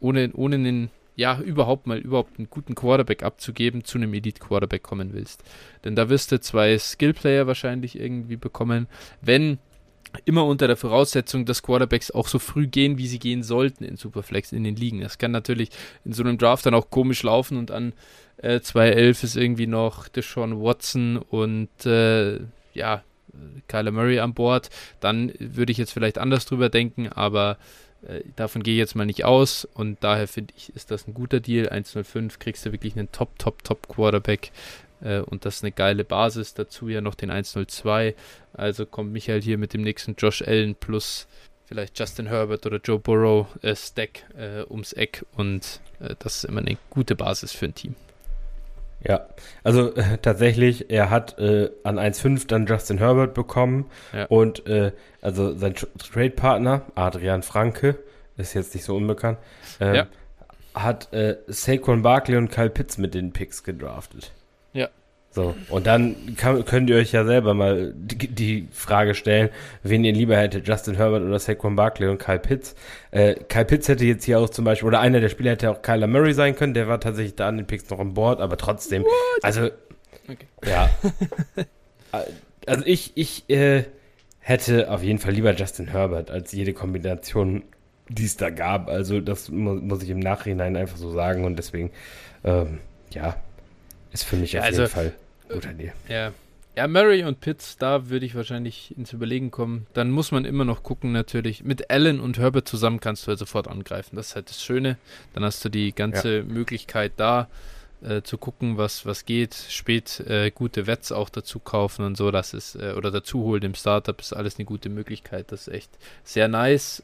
überhaupt einen guten Quarterback abzugeben, zu einem Elite-Quarterback kommen willst. Denn da wirst du 2 Skill-Player wahrscheinlich irgendwie bekommen, wenn immer unter der Voraussetzung, dass Quarterbacks auch so früh gehen, wie sie gehen sollten in Superflex, in den Ligen. Das kann natürlich in so einem Draft dann auch komisch laufen und an 2,11 ist irgendwie noch Deshaun Watson und Kyler Murray an Bord. Dann würde ich jetzt vielleicht anders drüber denken, aber davon gehe ich jetzt mal nicht aus und daher finde ich, ist das ein guter Deal. 1,05 kriegst du wirklich einen Top Quarterback und das ist eine geile Basis. Dazu ja noch den 1,02. Also kommt Michael hier mit dem nächsten Josh Allen plus vielleicht Justin Herbert oder Joe Burrow Stack ums Eck und das ist immer eine gute Basis für ein Team. Ja, also tatsächlich, er hat an 1,5 dann Justin Herbert bekommen und also sein Trade-Partner, Adrian Franke, ist jetzt nicht so unbekannt, hat Saquon Barkley und Kyle Pitts mit den Picks gedraftet. Ja. So, und dann könnt ihr euch ja selber mal die Frage stellen, wen ihr lieber hättet, Justin Herbert oder Saquon Barkley und Kyle Pitts. Kyle Pitts hätte jetzt hier auch zum Beispiel, oder einer der Spieler hätte auch Kyler Murray sein können, der war tatsächlich da an den Picks noch an Bord, aber trotzdem, also, ja. Also ich hätte auf jeden Fall lieber Justin Herbert als jede Kombination, die es da gab. Also das muss ich im Nachhinein einfach so sagen und deswegen, ist für mich auf jeden Fall ein guter Deal. Ja, Ja, Murray und Pitts, da würde ich wahrscheinlich ins Überlegen kommen. Dann muss man immer noch gucken, natürlich. Mit Allen und Herbert zusammen kannst du ja sofort angreifen. Das ist halt das Schöne. Dann hast du die ganze Möglichkeit da, zu gucken, was geht. Spät gute Wets auch dazu kaufen und so. Das ist, oder dazu holen im Startup, ist alles eine gute Möglichkeit. Das ist echt sehr nice.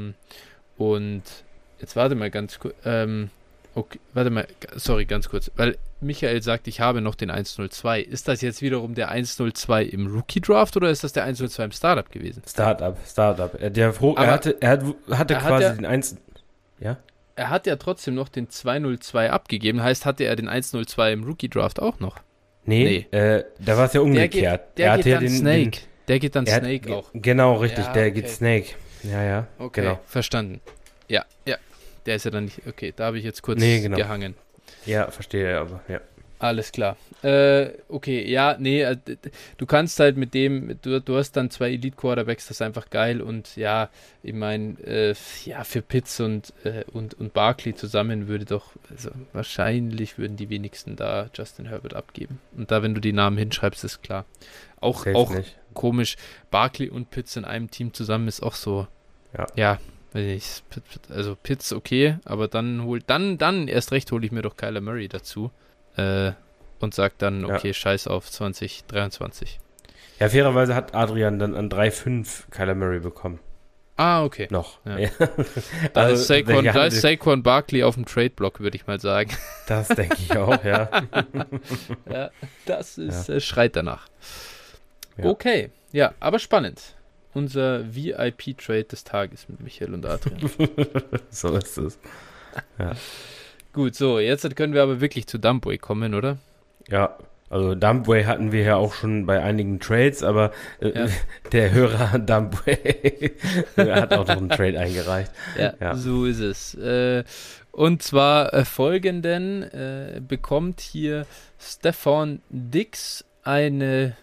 Und jetzt warte mal ganz kurz. Okay, warte mal, sorry, ganz kurz. Weil Michael sagt, ich habe noch den 102. Ist das jetzt wiederum der 102 im Rookie-Draft oder ist das der 102 im Startup gewesen? Startup. Er hatte quasi den 1... Ja? Er hat ja trotzdem noch den 202 abgegeben. Heißt, hatte er den 102 im Rookie-Draft auch noch? Nee. Da war es ja umgekehrt. Der geht dann Snake. Der geht dann Snake auch. Genau, richtig. Der geht Snake. Ja. Okay, genau. Verstanden. Ja. Der ist ja dann nicht... Okay, da habe ich jetzt kurz gehangen. Ja, verstehe, aber ja. Alles klar. Okay, ja, nee, du kannst halt mit dem, du hast dann 2 Elite-Quarterbacks, das ist einfach geil und ja, ich meine, für Pitts und Barkley zusammen würde doch, also wahrscheinlich würden die wenigsten da Justin Herbert abgeben. Und da, wenn du die Namen hinschreibst, ist klar. Auch nicht. Komisch, Barkley und Pitts in einem Team zusammen ist auch so, ja. Also Pitts okay, aber dann erst recht hole ich mir doch Kyler Murray dazu und sag dann, okay, scheiß auf 2023. Ja, fairerweise hat Adrian dann an 3,5 Kyler Murray bekommen. Ah, okay. Noch. Ja. Da ist Saquon Barkley auf dem Trade-Block, würde ich mal sagen. Das denke ich auch, ja. Ja, das ist, schreit danach. Ja. Okay, ja, aber spannend. Unser VIP-Trade des Tages mit Michael und Adrian. So ist es. Ja. Gut, so, jetzt können wir aber wirklich zu Dumbway kommen, oder? Ja, also Dumbway hatten wir ja auch schon bei einigen Trades, aber der Hörer Dumbway hat auch noch einen Trade eingereicht. Ja, so ist es. Und zwar folgenden bekommt hier Stefan Diggs einen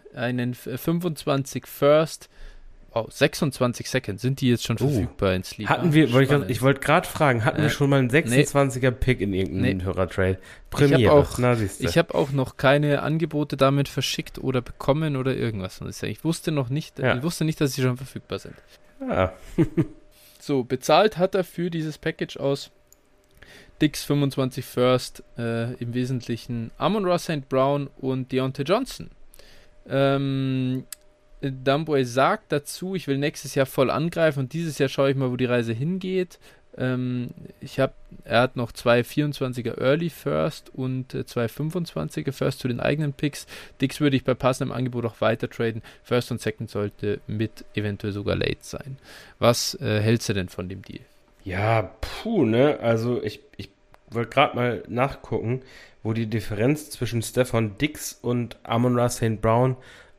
25 First. Oh, 26 Second. Sind die jetzt schon verfügbar ins Liga? Hatten wir, ich wollte gerade fragen, hatten wir schon mal einen 26er Pick in irgendeinem Hörertrade? Premiere. Ich habe auch noch keine Angebote damit verschickt oder bekommen oder irgendwas. Ich wusste nicht, dass sie schon verfügbar sind. Ja. So, bezahlt hat er für dieses Package aus Diggs 25 First, im Wesentlichen Amon-Ra St. Brown und Deontay Johnson. Dumbway sagt dazu, ich will nächstes Jahr voll angreifen und dieses Jahr schaue ich mal, wo die Reise hingeht. Er hat noch 2 24er Early First und 2 25er First zu den eigenen Picks. Diggs würde ich bei passendem Angebot auch weiter traden. First und Second sollte mit eventuell sogar Late sein. Was hältst du denn von dem Deal? Ja, also ich wollte gerade mal nachgucken, wo die Differenz zwischen Stefan Diggs und Amon-Ra St. Brown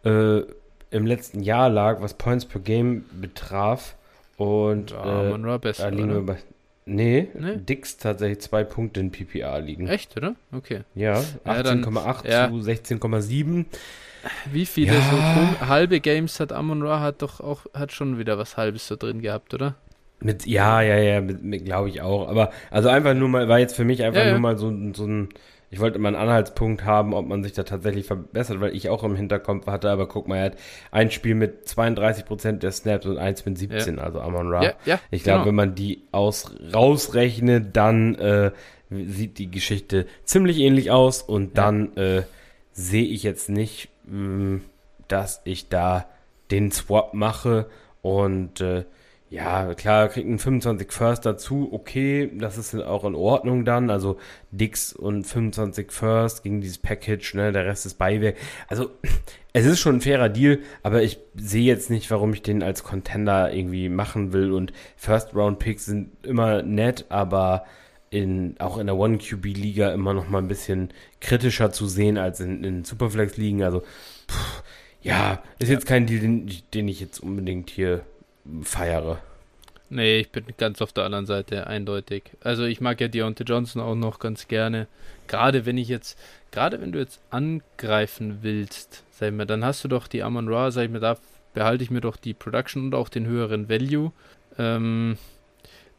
im letzten Jahr lag, was Points per Game betraf. Und Amon-Ra besser, da liegen wir bei... Nee, Diggs tatsächlich 2 Punkte in PPR liegen. Echt, oder? Okay. Ja, 18,8 zu 16,7. Wie viele halbe Games hat Amon-Ra? Hat schon wieder was Halbes so drin gehabt, oder? Mit glaube ich auch. Aber also einfach nur mal, war jetzt für mich nur mal so ein, ich wollte mal einen Anhaltspunkt haben, ob man sich da tatsächlich verbessert, weil ich auch im Hinterkopf hatte, aber guck mal, er hat ein Spiel mit 32% der Snaps und eins mit 17, also Amon-Ra. Ich glaube, wenn man die rausrechnet, dann sieht die Geschichte ziemlich ähnlich aus und dann sehe ich jetzt nicht, dass ich da den Swap mache und ja, klar, kriegt einen 25 First dazu, okay, das ist auch in Ordnung dann, also Diggs und 25 First gegen dieses Package, ne, der Rest ist Beiwerk. Also, es ist schon ein fairer Deal, aber ich sehe jetzt nicht, warum ich den als Contender irgendwie machen will und First-Round-Picks sind immer nett, aber auch in der One-QB-Liga immer noch mal ein bisschen kritischer zu sehen als in Superflex-Ligen, also, ist jetzt kein Deal, den ich jetzt unbedingt hier feiere. Nee, ich bin ganz auf der anderen Seite, eindeutig. Also ich mag ja Deontay Johnson auch noch ganz gerne. Gerade wenn du jetzt angreifen willst, sag ich mal, dann hast du doch die Amon-Ra, sag ich mal, da behalte ich mir doch die Production und auch den höheren Value.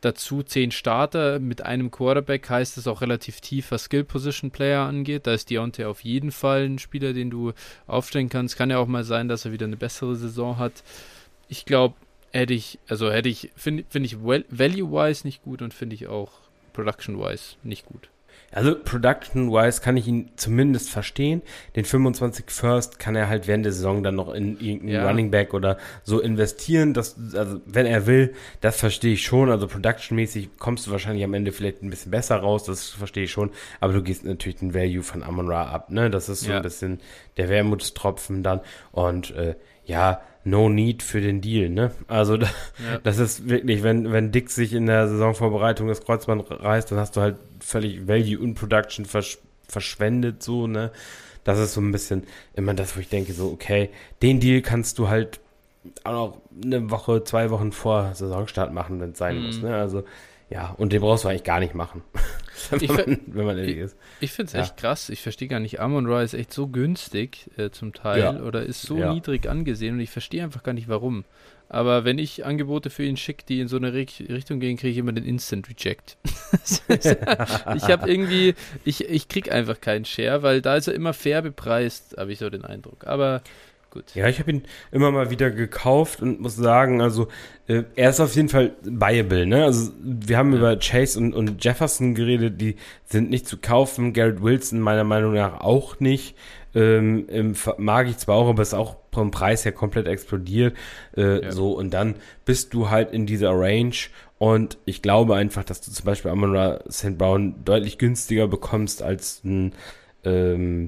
dazu 10 Starter. Mit einem Quarterback heißt es auch relativ tief, was Skill-Position-Player angeht. Da ist Deontay auf jeden Fall ein Spieler, den du aufstellen kannst. Kann ja auch mal sein, dass er wieder eine bessere Saison hat. Ich glaube, finde ich value-wise nicht gut und finde ich auch production-wise nicht gut. Also Production-wise kann ich ihn zumindest verstehen. Den 25 First kann er halt während der Saison dann noch in irgendeinen Running Back oder so investieren. Also wenn er will, das verstehe ich schon. Also Production-mäßig kommst du wahrscheinlich am Ende vielleicht ein bisschen besser raus, das verstehe ich schon. Aber du gehst natürlich den Value von Amon-Ra ab, ne? Das ist so ein bisschen der Wermutstropfen dann. Und no need für den Deal, ne? Also das ist wirklich, wenn Dick sich in der Saisonvorbereitung das Kreuzband reißt, dann hast du halt völlig Value und Production verschwendet, so, ne? Das ist so ein bisschen immer das, wo ich denke, so, okay, den Deal kannst du halt auch noch eine Woche, 2 Wochen vor Saisonstart machen, wenn es sein muss, ne? Also, ja, und den brauchst du eigentlich gar nicht machen, wenn man ehrlich ist. Ich finde es echt krass. Ich verstehe gar nicht, Amon-Ra ist echt so günstig zum Teil oder ist so niedrig angesehen und ich verstehe einfach gar nicht, warum. Aber wenn ich Angebote für ihn schicke, die in so eine Richtung gehen, kriege ich immer den Instant Reject. Ich habe irgendwie, ich kriege einfach keinen Share, weil da ist er immer fair bepreist, habe ich so den Eindruck. Aber gut. Ja, ich habe ihn immer mal wieder gekauft und muss sagen, also er ist auf jeden Fall buyable, ne? Also wir haben über Chase und Jefferson geredet, die sind nicht zu kaufen. Garrett Wilson meiner Meinung nach auch nicht. Mag ich zwar auch, aber ist auch vom Preis her komplett explodiert. So, und dann bist du halt in dieser Range und ich glaube einfach, dass du zum Beispiel Amon-Ra St. Brown deutlich günstiger bekommst als einen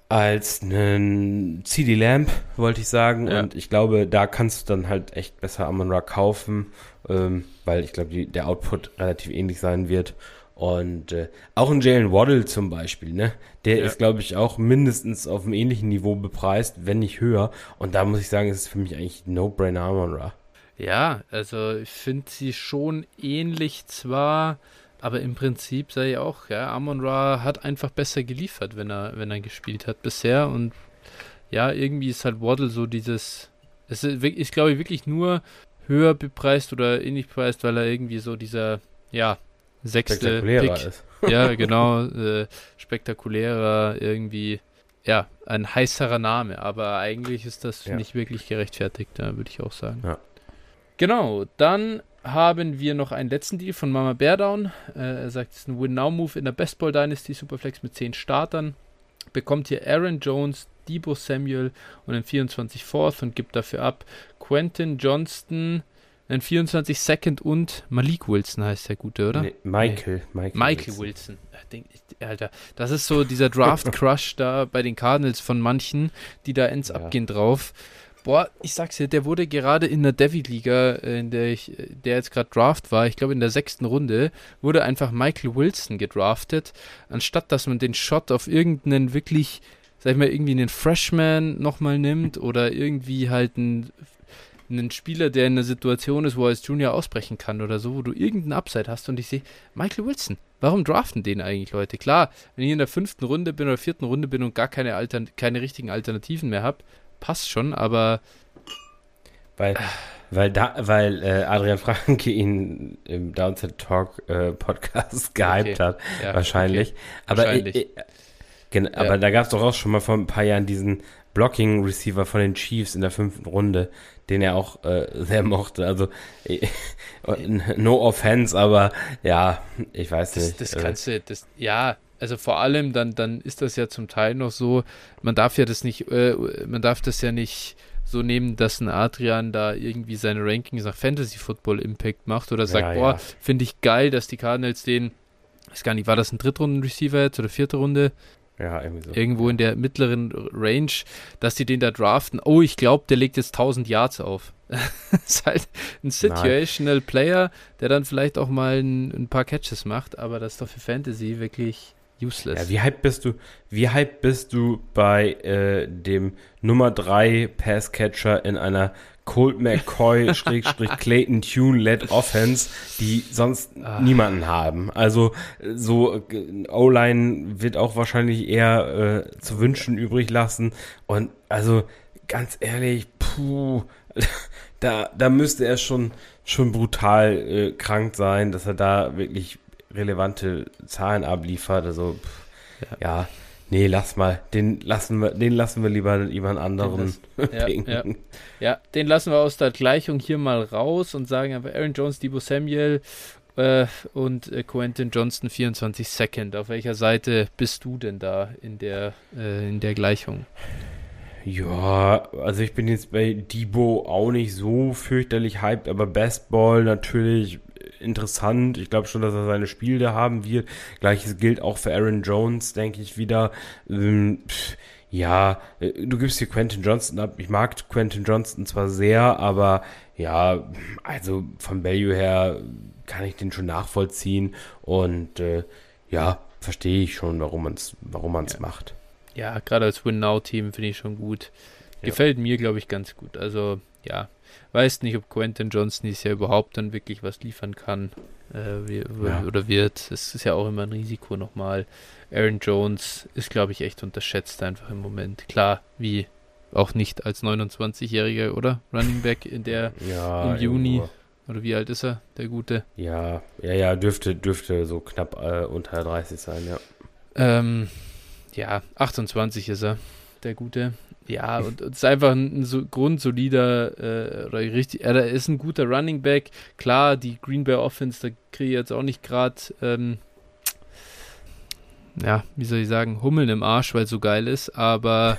CD Lamb, wollte ich sagen. Ja. Und ich glaube, da kannst du dann halt echt besser Amon-Ra kaufen, weil ich glaube, der Output relativ ähnlich sein wird. Und auch ein Jalen Waddle zum Beispiel, ne? Der ist, glaube ich, auch mindestens auf einem ähnlichen Niveau bepreist, wenn nicht höher. Und da muss ich sagen, ist es für mich eigentlich No-Brainer Amon-Ra. Ja, also ich finde sie schon ähnlich zwar, aber im Prinzip sei ich auch, Amon-Ra hat einfach besser geliefert, wenn er gespielt hat bisher. Und ja, irgendwie ist halt Waddle so dieses, es ist glaube ich, wirklich nur höher bepreist oder ähnlich bepreist, weil er irgendwie so dieser, sechste Pick ist. Ja, genau, spektakulärer, irgendwie, ein heißerer Name, aber eigentlich ist das nicht wirklich gerechtfertigt, da würde ich auch sagen. Ja. Genau, dann haben wir noch einen letzten Deal von Mama Beardown. Er sagt, es ist ein Win-Now-Move in der Best Ball Dynasty Superflex mit 10 Startern. Bekommt hier Aaron Jones, Deebo Samuel und einen 24 Fourth und gibt dafür ab Quentin Johnston, einen 24 Second und Malik Wilson heißt der Gute, oder? Nee, Michael Wilson. Alter, das ist so dieser Draft-Crush da bei den Cardinals von manchen, die da abgehen drauf. Boah, ich sag's dir, der wurde gerade in der Devy-Liga, in der jetzt gerade Draft war, ich glaube in der 6. Runde, wurde einfach Michael Wilson gedraftet, anstatt dass man den Shot auf irgendeinen wirklich, sag ich mal, irgendwie einen Freshman nochmal nimmt oder irgendwie halt einen Spieler, der in einer Situation ist, wo er als Junior ausbrechen kann oder so, wo du irgendeinen Upside hast und ich sehe, Michael Wilson, warum draften den eigentlich Leute? Klar, wenn ich in der 5. Runde bin oder 4. Runde bin und gar keine richtigen Alternativen mehr habe, passt schon, aber weil Adrian Franke ihn im Downside Talk Podcast gehypt hat, wahrscheinlich. Okay. Aber da gab es doch auch schon mal vor ein paar Jahren diesen Blocking-Receiver von den Chiefs in der 5. Runde, den er auch sehr mochte. Also no offense, aber ja, ich weiß nicht. Das kannst du, also vor allem dann ist das ja zum Teil noch so, man darf das ja nicht so nehmen, dass ein Adrian da irgendwie seine Rankings nach Fantasy Football Impact macht oder sagt, finde ich geil, dass die Cardinals den, weiß gar nicht, war das ein Drittrunden-Receiver jetzt oder 4. Runde? Ja, irgendwie so. Irgendwo in der mittleren Range, dass die den da draften. Oh, ich glaube, der legt jetzt 1000 Yards auf. Das ist halt ein Situational Player, der dann vielleicht auch mal ein paar Catches macht, aber das ist doch für Fantasy wirklich useless. Ja, wie hyped bist du bei dem Nummer 3 Passcatcher in einer Colt McCoy Clayton Tune-led Offense, die sonst niemanden haben. Also so O-Line wird auch wahrscheinlich eher zu wünschen übrig lassen. Und also ganz ehrlich, da müsste er schon brutal krank sein, dass er da wirklich relevante Zahlen abliefert. Also, ja, nee, lass mal. Den lassen wir lieber jemand anderen. Ja, den lassen wir aus der Gleichung hier mal raus und sagen einfach Aaron Jones, Deebo Samuel und Quentin Johnston 24 Second. Auf welcher Seite bist du denn da in der Gleichung? Ja, also ich bin jetzt bei Deebo auch nicht so fürchterlich hyped, aber Best Ball natürlich interessant. Ich glaube schon, dass er seine Spiele da haben wird. Gleiches gilt auch für Aaron Jones, denke ich wieder. Ja, du gibst hier Quentin Johnston ab. Ich mag Quentin Johnston zwar sehr, aber ja, also vom Value her kann ich den schon nachvollziehen und ja, verstehe ich schon, warum man's macht. Ja, gerade als Win-Now-Team finde ich schon gut. Gefällt mir, glaube ich, ganz gut. Also, ja, weiß nicht, ob Quentin Johnston dieses Jahr überhaupt dann wirklich was liefern kann oder wird. Es ist ja auch immer ein Risiko nochmal. Aaron Jones ist, glaube ich, echt unterschätzt einfach im Moment. Klar, wie auch nicht als 29-Jähriger, oder? Running Back im Juni. Irgendwo. Oder wie alt ist er, der Gute? Ja, dürfte so knapp unter 30 sein, ja. Ja, 28 ist er, der Gute. Ja, und es ist einfach ein grundsolider, er ist ein guter Running Back. Klar, die Green Bay Offense, da kriege ich jetzt auch nicht gerade, wie soll ich sagen, Hummeln im Arsch, weil es so geil ist, aber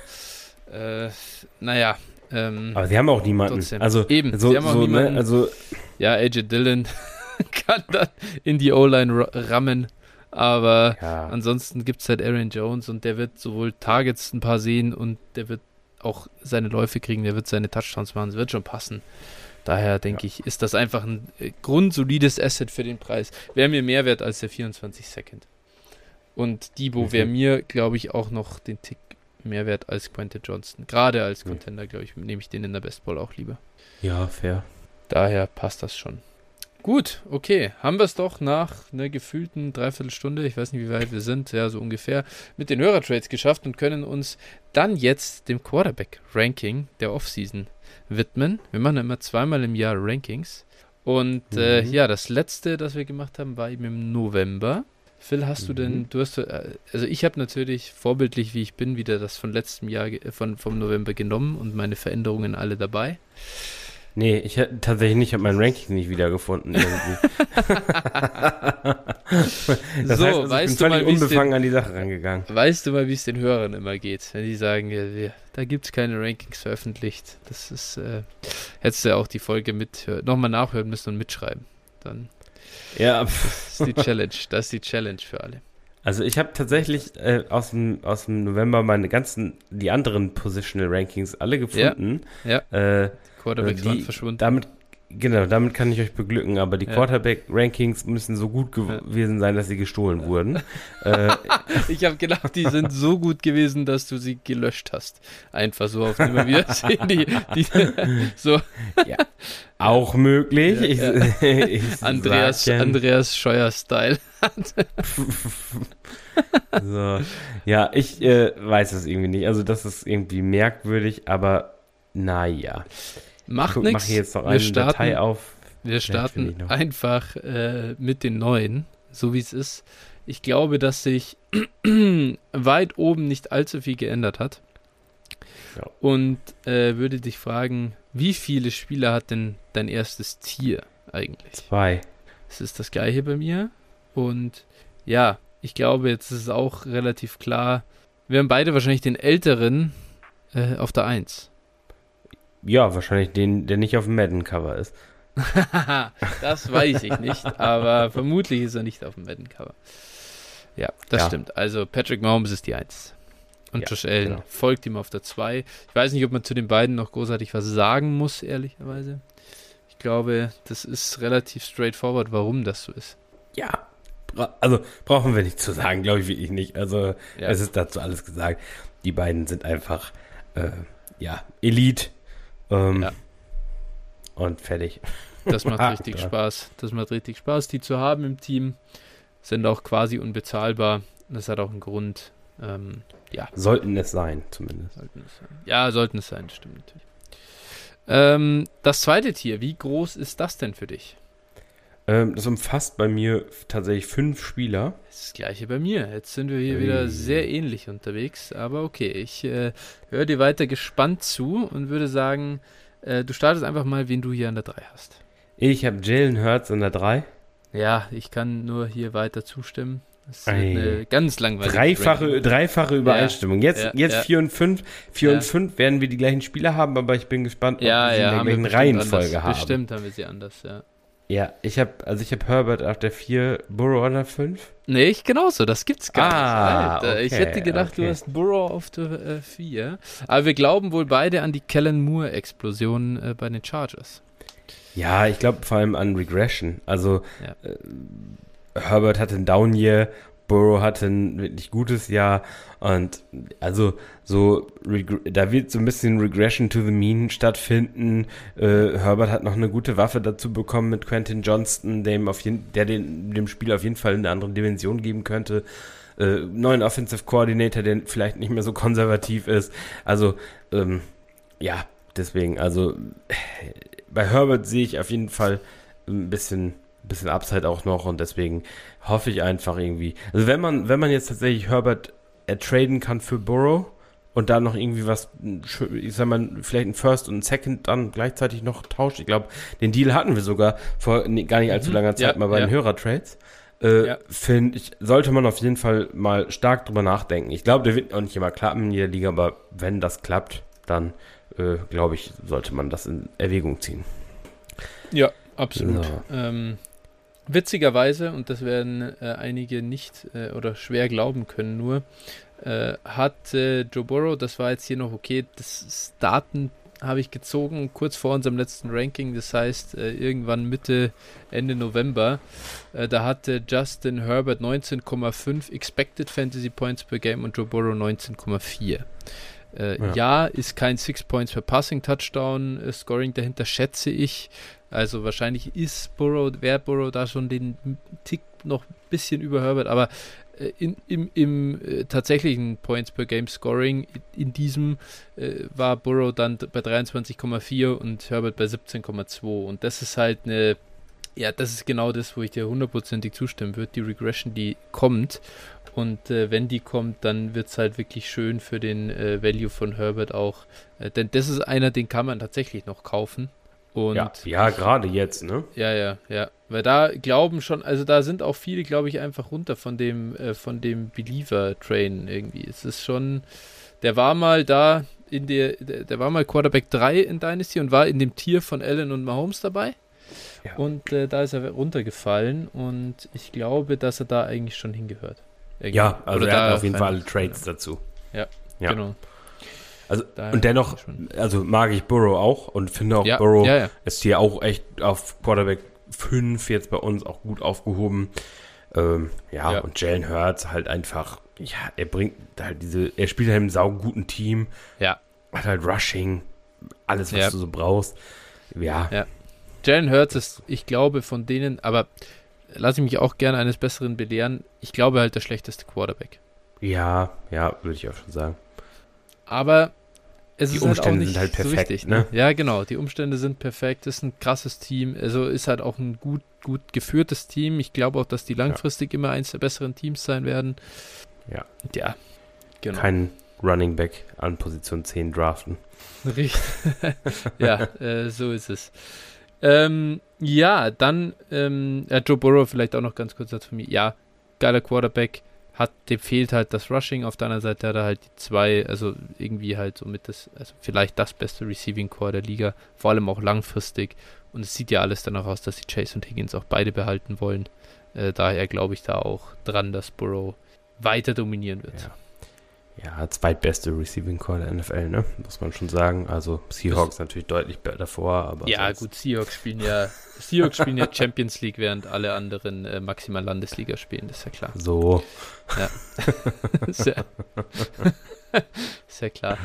aber sie haben auch niemanden. Trotzdem. Also, eben, sie haben auch niemanden. Ne? Also, ja, AJ Dillon kann dann in die O-Line rammen. Aber ansonsten gibt es halt Aaron Jones und der wird sowohl Targets ein paar sehen und der wird auch seine Läufe kriegen, der wird seine Touchdowns machen, es wird schon passen. Daher denke ich, ist das einfach ein grundsolides Asset für den Preis. Wäre mir mehr wert als der 24 Second. Und Deebo wäre mir, glaube ich, auch noch den Tick mehr wert als Quentin Johnston. Gerade als Contender, glaube ich, nehme ich den in der Best Ball auch lieber. Ja, fair. Daher passt das schon. Gut, okay. Haben wir es doch nach einer gefühlten Dreiviertelstunde, ich weiß nicht, wie weit wir sind, ja, so ungefähr, mit den Hörertrades geschafft und können uns dann jetzt dem Quarterback-Ranking der Offseason widmen. Wir machen ja immer zweimal im Jahr Rankings. Und das letzte, das wir gemacht haben, war eben im November. Phil, hast du denn, also ich habe natürlich vorbildlich, wie ich bin, wieder das von letztem Jahr, vom November genommen und meine Veränderungen alle dabei. Nee, ich hätte tatsächlich nicht, habe mein Ranking nicht wiedergefunden. Irgendwie. Das heißt, also weißt ich bin völlig unbefangen an die Sache rangegangen. Weißt du mal, wie es den Hörern immer geht, wenn die sagen, da gibt es keine Rankings veröffentlicht. Das ist, hättest du ja auch die Folge nochmal nachhören müssen und mitschreiben. Dann das ist die Challenge. Das ist die Challenge für alle. Also ich habe tatsächlich aus dem November die anderen Positional Rankings alle gefunden. Ja. Quarterbacks waren verschwunden. Damit kann ich euch beglücken, aber die Quarterback-Rankings müssen so gut gewesen sein, dass sie gestohlen wurden. Ich habe gedacht, die sind so gut gewesen, dass du sie gelöscht hast. Einfach so auf immer wieder sehen. So. Ja, auch möglich. Andreas Scheuer-Style. So. Ja, ich weiß es irgendwie nicht. Also das ist irgendwie merkwürdig, aber naja. Macht nichts. Ich mache hier jetzt noch eine Datei auf. Wir starten einfach mit den neuen, so wie es ist. Ich glaube, dass sich weit oben nicht allzu viel geändert hat. Ja. Und würde dich fragen, wie viele Spieler hat denn dein erstes Tier eigentlich? 2. Es ist das gleiche bei mir. Und ja, ich glaube, jetzt ist es auch relativ klar. Wir haben beide wahrscheinlich den älteren auf der 1. Ja, wahrscheinlich den, der nicht auf dem Madden-Cover ist. Das weiß ich nicht, aber vermutlich ist er nicht auf dem Madden-Cover. Ja, das stimmt. Also Patrick Mahomes ist die 1. Und Josh Allen folgt ihm auf der 2. Ich weiß nicht, ob man zu den beiden noch großartig was sagen muss, ehrlicherweise. Ich glaube, das ist relativ straightforward, warum das so ist. Ja, also brauchen wir nicht zu sagen, glaube ich wirklich nicht. Also es ist dazu alles gesagt. Die beiden sind einfach Elite. Und fertig. Das macht richtig Spaß. Das macht richtig Spaß, die zu haben im Team. Sind auch quasi unbezahlbar. Das hat auch einen Grund. Sollten es sein, zumindest. Sollten es sein, stimmt natürlich. Das zweite Tier, wie groß ist das denn für dich? Das umfasst bei mir tatsächlich 5 Spieler. Das gleiche bei mir. Jetzt sind wir hier wieder sehr ähnlich unterwegs. Aber okay, ich höre dir weiter gespannt zu und würde sagen, du startest einfach mal, wen du hier an der 3 hast. Ich habe Jalen Hurts an der 3. Ja, ich kann nur hier weiter zustimmen. Das ist eine ganz langweilige Dreifache Übereinstimmung. Jetzt 4 und 5. 4 Ja. und 5 werden wir die gleichen Spieler haben, aber ich bin gespannt, ob Ja, wir sie in der haben wir gleichen bestimmt Reihenfolge anders. haben. Bestimmt haben wir sie anders, ja. Ja, ich habe Herbert auf der 4, Burrow an der 5. Nee, ich genauso, das gibt's gar nicht. Alter, okay, ich hätte gedacht, du hast Burrow auf der 4. Aber wir glauben wohl beide an die Kellen Moore-Explosion bei den Chargers. Ja, ich glaube vor allem an Regression. Also Ja. Herbert hatte ein Down-Year, Burrow hatte ein wirklich gutes Jahr und also so da wird so ein bisschen Regression to the Mean stattfinden. Herbert hat noch eine gute Waffe dazu bekommen mit Quentin Johnston, dem Spiel auf jeden Fall eine andere Dimension geben könnte. Neuen Offensive Coordinator, der vielleicht nicht mehr so konservativ ist. Also ja, deswegen, also bei Herbert sehe ich auf jeden Fall ein bisschen Upside auch noch und deswegen hoffe ich einfach irgendwie, also wenn man jetzt tatsächlich Herbert traden kann für Burrow und da noch irgendwie was, ich sag mal, vielleicht ein First und ein Second dann gleichzeitig noch tauscht, ich glaube, den Deal hatten wir sogar vor gar nicht allzu langer Zeit mal bei den Hörertrades, finde ich, sollte man auf jeden Fall mal stark drüber nachdenken. Ich glaube, der wird auch nicht immer klappen in jeder Liga, aber wenn das klappt, dann glaube ich, sollte man das in Erwägung ziehen. Ja, absolut. So. Witzigerweise, und das werden einige nicht oder schwer glauben können nur, hat Joe Burrow, das war jetzt hier noch okay, das Daten habe ich gezogen, kurz vor unserem letzten Ranking, das heißt irgendwann Ende November, da hatte Justin Herbert 19,5 Expected Fantasy Points per Game und Joe Burrow 19,4. Ja, ist kein 6 Points per Passing Touchdown Scoring dahinter, schätze ich. Also wahrscheinlich wäre Burrow da schon den Tick noch ein bisschen über Herbert, aber im tatsächlichen Points per Game Scoring in diesem war Burrow dann bei 23,4 und Herbert bei 17,2 und das ist halt das ist genau das, wo ich dir 100%ig zustimmen würde, die Regression, die kommt. Und wenn die kommt, dann wird es halt wirklich schön für den Value von Herbert auch. Denn das ist einer, den kann man tatsächlich noch kaufen. Und ja, gerade jetzt, ne? Ja. Weil da glauben schon, also da sind auch viele, glaube ich, einfach runter von dem Believer-Train irgendwie. Es ist schon, der war mal da der war mal Quarterback 3 in Dynasty und war in dem Tier von Allen und Mahomes dabei. Ja. Und da ist er runtergefallen und ich glaube, dass er da eigentlich schon hingehört. Irgendwie. Ja, also er hat auf jeden Fall alle Trades dazu. Ja, genau. Also, und dennoch, also mag ich Burrow auch und finde auch Burrow ist hier auch echt auf Quarterback 5 jetzt bei uns auch gut aufgehoben. Und Jalen Hurts halt einfach, er bringt halt er spielt halt im sauguten Team. Ja. Hat halt Rushing, alles, was du so brauchst. Ja. Jalen Hurts ist, ich glaube, von denen, aber lasse ich mich auch gerne eines Besseren belehren, ich glaube halt der schlechteste Quarterback. Ja, würde ich auch schon sagen. Aber es die ist Umstände halt auch nicht sind halt perfekt, so wichtig, ne? Ja, genau, die Umstände sind perfekt, ist ein krasses Team, also ist halt auch ein gut geführtes Team. Ich glaube auch, dass die langfristig immer eins der besseren Teams sein werden. Ja, genau. Kein Running Back an Position 10 draften. Richtig. Ja, so ist es. Dann Joe Burrow vielleicht auch noch ganz kurz dazu von mir. Ja, geiler Quarterback, dem fehlt halt das Rushing. Auf der anderen Seite hat er halt die 2, also irgendwie halt so vielleicht das beste Receiving Core der Liga, vor allem auch langfristig. Und es sieht ja alles danach aus, dass die Chase und Higgins auch beide behalten wollen. Daher glaube ich da auch dran, dass Burrow weiter dominieren wird. Ja, zweitbeste Receiving Core der NFL, ne? Muss man schon sagen. Also Seahawks natürlich deutlich davor, aber. Ja, gut, Seahawks spielen ja Champions League, während alle anderen maximal Landesliga spielen, das ist ja klar. So. Ja. Ist ja klar.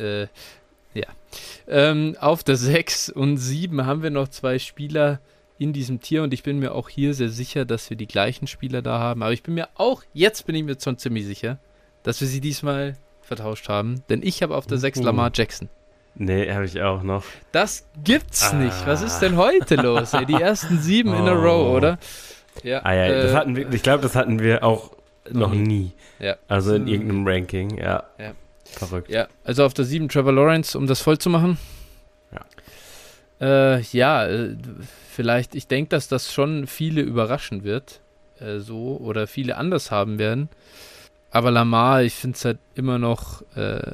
Auf der 6 und 7 haben wir noch 2 Spieler in diesem Tier und ich bin mir auch hier sehr sicher, dass wir die gleichen Spieler da haben. Aber jetzt bin ich mir schon ziemlich sicher, dass wir sie diesmal vertauscht haben. Denn ich habe auf der 6 Lamar Jackson. Nee, habe ich auch noch. Das gibt's nicht. Was ist denn heute los? Ey? Die ersten 7 in a row, oder? Ja, das hatten wir, ich glaube, das hatten wir auch noch nie. Ja. Also in irgendeinem Ranking, ja. Verrückt. Ja, also auf der 7 Trevor Lawrence, um das voll zu machen. Vielleicht, ich denke, dass das schon viele überraschen wird, oder viele anders haben werden. Aber Lamar, ich finde es halt immer noch,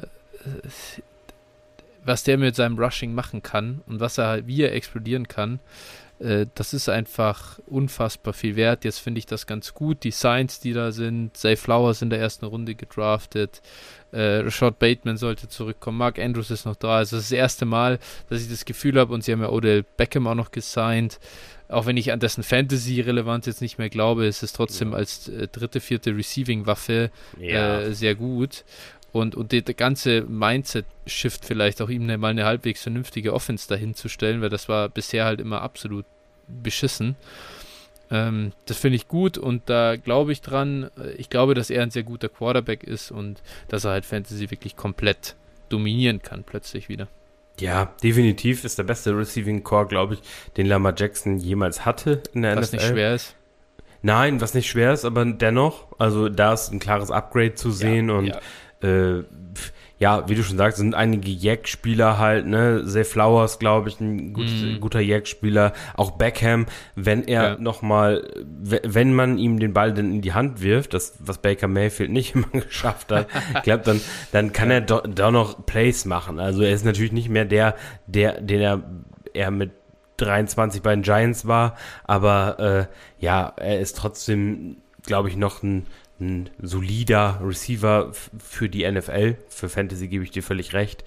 was der mit seinem Rushing machen kann und wie er explodieren kann, das ist einfach unfassbar viel wert. Jetzt finde ich das ganz gut. Die Signs, die da sind, Zay Flowers in der ersten Runde gedraftet, Rashad Bateman sollte zurückkommen, Mark Andrews ist noch da. Also das ist das erste Mal, dass ich das Gefühl habe, und sie haben ja Odell Beckham auch noch gesigned. Auch wenn ich an dessen Fantasy-Relevanz jetzt nicht mehr glaube, ist es trotzdem als dritte, vierte Receiving-Waffe sehr gut. Und der ganze Mindset-Shift vielleicht auch ihm mal eine halbwegs vernünftige Offense dahin zu stellen, weil das war bisher halt immer absolut beschissen. Das finde ich gut und da glaube ich dran. Ich glaube, dass er ein sehr guter Quarterback ist und dass er halt Fantasy wirklich komplett dominieren kann plötzlich wieder. Ja, definitiv ist der beste Receiving Core, glaube ich, den Lamar Jackson jemals hatte in der NFL. Was nicht schwer ist. Nein, was nicht schwer ist, aber dennoch, also da ist ein klares Upgrade zu sehen und wie du schon sagst, sind einige Yak-Spieler halt, ne, Zay Flowers, glaube ich, ein guter Yak-Spieler, auch Beckham, wenn er nochmal, wenn man ihm den Ball dann in die Hand wirft, das, was Baker Mayfield nicht immer geschafft hat, ich glaube, dann kann er doch noch Plays machen, also er ist natürlich nicht mehr den er mit 23 bei den Giants war, aber er ist trotzdem, glaube ich, noch ein solider Receiver für die NFL. Für Fantasy gebe ich dir völlig recht.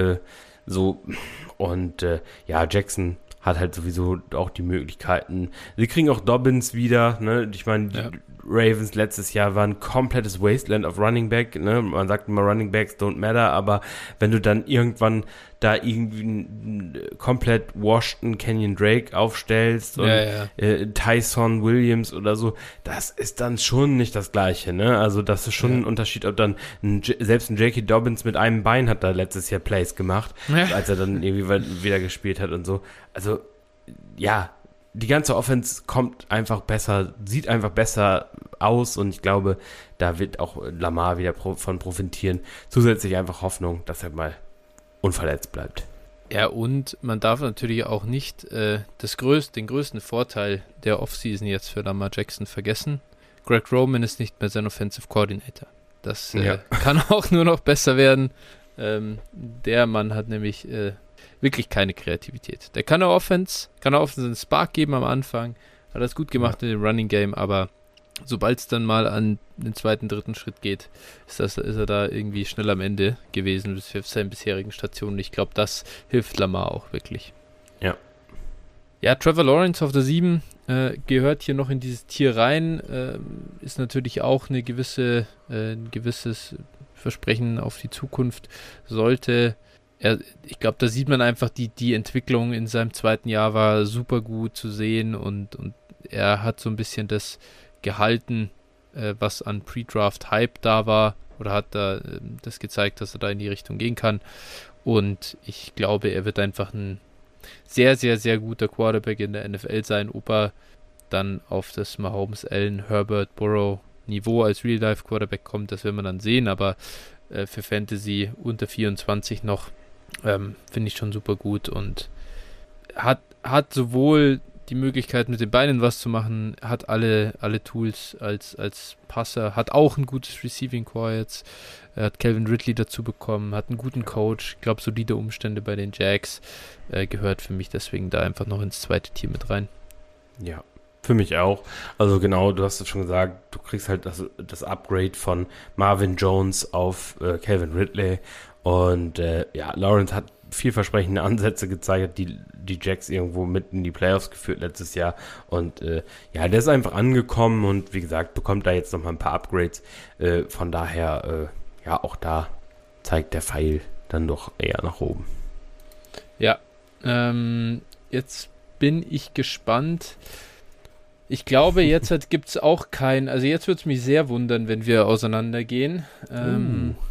Jackson hat halt sowieso auch die Möglichkeiten. Sie kriegen auch Dobbins wieder, ne? Ich meine, die Ravens letztes Jahr waren ein komplettes Wasteland auf Running Back, ne? Man sagt immer, Running Backs don't matter, aber wenn du dann irgendwann da irgendwie einen komplett washten Kenyon Drake aufstellst und Tyson Williams oder so, das ist dann schon nicht das Gleiche, ne? Also das ist schon ein Unterschied, ob dann selbst ein J.K. Dobbins mit einem Bein hat da letztes Jahr Plays gemacht, als er dann irgendwie wieder gespielt hat und so. Also, ja, die ganze Offense sieht einfach besser aus und ich glaube, da wird auch Lamar wieder von profitieren. Zusätzlich einfach Hoffnung, dass er mal unverletzt bleibt. Ja, und man darf natürlich auch nicht den größten Vorteil der Offseason jetzt für Lamar Jackson vergessen. Greg Roman ist nicht mehr sein Offensive Coordinator. Das kann auch nur noch besser werden. Der Mann hat nämlich wirklich keine Kreativität. Der kann Offense einen Spark geben am Anfang, hat das gut gemacht in dem Running Game, aber sobald es dann mal an den zweiten, dritten Schritt geht, ist er da irgendwie schnell am Ende gewesen für seine bisherigen Stationen. Ich glaube, das hilft Lamar auch wirklich. Ja. Ja, Trevor Lawrence auf der 7 gehört hier noch in dieses Tier rein, ist natürlich auch ein gewisses Versprechen auf die Zukunft. Ich glaube, da sieht man einfach, die Entwicklung in seinem zweiten Jahr war super gut zu sehen und er hat so ein bisschen das gehalten, was an Pre-Draft-Hype da war, oder hat da das gezeigt, dass er da in die Richtung gehen kann. Und ich glaube, er wird einfach ein sehr, sehr, sehr guter Quarterback in der NFL sein. Ob er dann auf das Mahomes, Allen, Herbert, Burrow Niveau als Real-Life-Quarterback kommt, das werden wir dann sehen, aber für Fantasy unter 24 noch finde ich schon super gut und hat sowohl die Möglichkeit, mit den Beinen was zu machen, hat alle Tools als Passer, hat auch ein gutes Receiving Core jetzt, hat Calvin Ridley dazu bekommen, hat einen guten Coach, ich glaube solide Umstände bei den Jags, gehört für mich deswegen da einfach noch ins zweite Tier mit rein. Ja, für mich auch. Also genau, du hast es schon gesagt, du kriegst halt das Upgrade von Marvin Jones auf Calvin Ridley und Lawrence hat vielversprechende Ansätze gezeigt, die Jacks irgendwo mit in die Playoffs geführt letztes Jahr und der ist einfach angekommen und wie gesagt, bekommt da jetzt nochmal ein paar Upgrades, von daher auch da zeigt der Pfeil dann doch eher nach oben. Ja, jetzt bin ich gespannt. Ich glaube, jetzt gibt es auch also jetzt würde es mich sehr wundern, wenn wir auseinandergehen.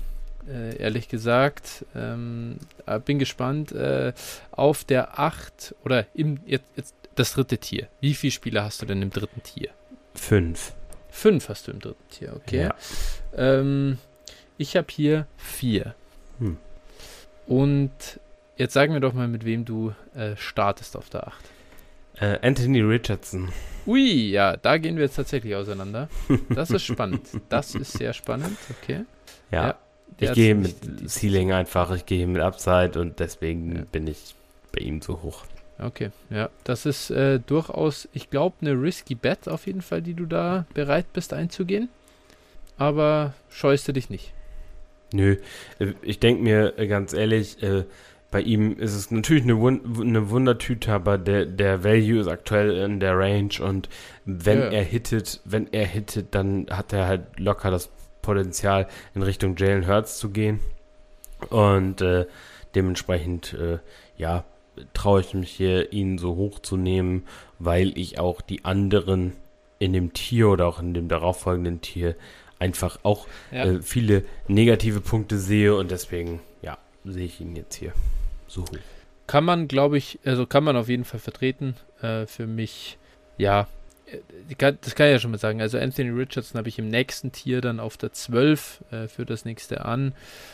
ehrlich gesagt. Bin gespannt. Auf der 8 oder jetzt das dritte Tier. Wie viele Spieler hast du denn im dritten Tier? 5. 5 hast du im dritten Tier, okay. Ja. Ich habe hier 4. Und jetzt sagen wir doch mal, mit wem du startest auf der 8. Anthony Richardson. Ui, ja, da gehen wir jetzt tatsächlich auseinander. Das ist spannend. Das ist sehr spannend, okay. Ja, ich gehe mit Ceiling einfach, ich gehe mit Upside und deswegen bin ich bei ihm so hoch. Okay, ja, das ist durchaus, ich glaube, eine risky Bet auf jeden Fall, die du da bereit bist einzugehen. Aber scheust du dich nicht? Nö, ich denke mir ganz ehrlich, bei ihm ist es natürlich eine Wundertüte, aber der Value ist aktuell in der Range und wenn er hittet, dann hat er halt locker das Potenzial, in Richtung Jalen Hurts zu gehen. Und dementsprechend, traue ich mich hier, ihn so hoch zu nehmen, weil ich auch die anderen in dem Tier oder auch in dem darauffolgenden Tier einfach auch viele negative Punkte sehe und deswegen, sehe ich ihn jetzt hier so hoch. Kann man, glaube ich, kann man auf jeden Fall vertreten. Für mich, das kann ich ja schon mal sagen. Also Anthony Richardson habe ich im nächsten Tier dann auf der 12 für das nächste an.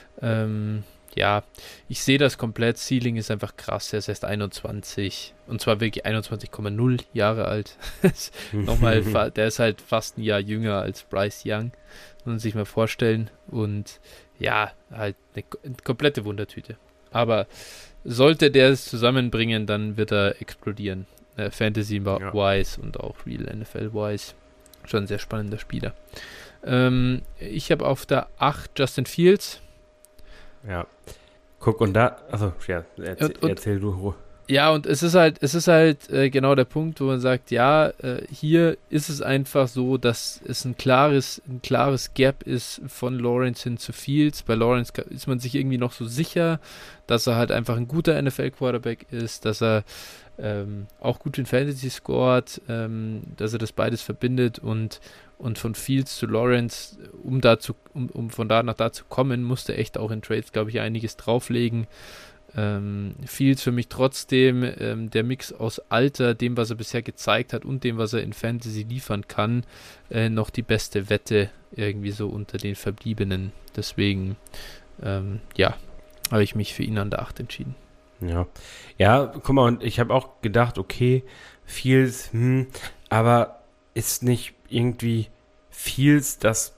Ich sehe das komplett. Ceiling ist einfach krass. Er ist erst 21 und zwar wirklich 21,0 Jahre alt. Nochmal, der ist halt fast ein Jahr jünger als Bryce Young. Muss man sich mal vorstellen. Und halt eine komplette Wundertüte. Aber sollte der es zusammenbringen, dann wird er explodieren. Fantasy-wise und auch Real NFL-wise. Schon ein sehr spannender Spieler. Ich habe auf der 8 Justin Fields. Ja. Guck, und da, erzähl du. Ja, und es ist halt genau der Punkt, wo man sagt, hier ist es einfach so, dass es ein klares Gap ist von Lawrence hin zu Fields. Bei Lawrence ist man sich irgendwie noch so sicher, dass er halt einfach ein guter NFL-Quarterback ist, dass er auch gut in Fantasy scored, dass er das beides verbindet und von Fields zu Lawrence, um von da nach da zu kommen, musste echt auch in Trades, glaube ich, einiges drauflegen. Fields für mich trotzdem der Mix aus Alter, dem, was er bisher gezeigt hat und dem, was er in Fantasy liefern kann, noch die beste Wette irgendwie so unter den Verbliebenen. Deswegen, habe ich mich für ihn an der 8 entschieden. Ja, guck mal, und ich habe auch gedacht, okay, Fields, aber ist nicht irgendwie Fields das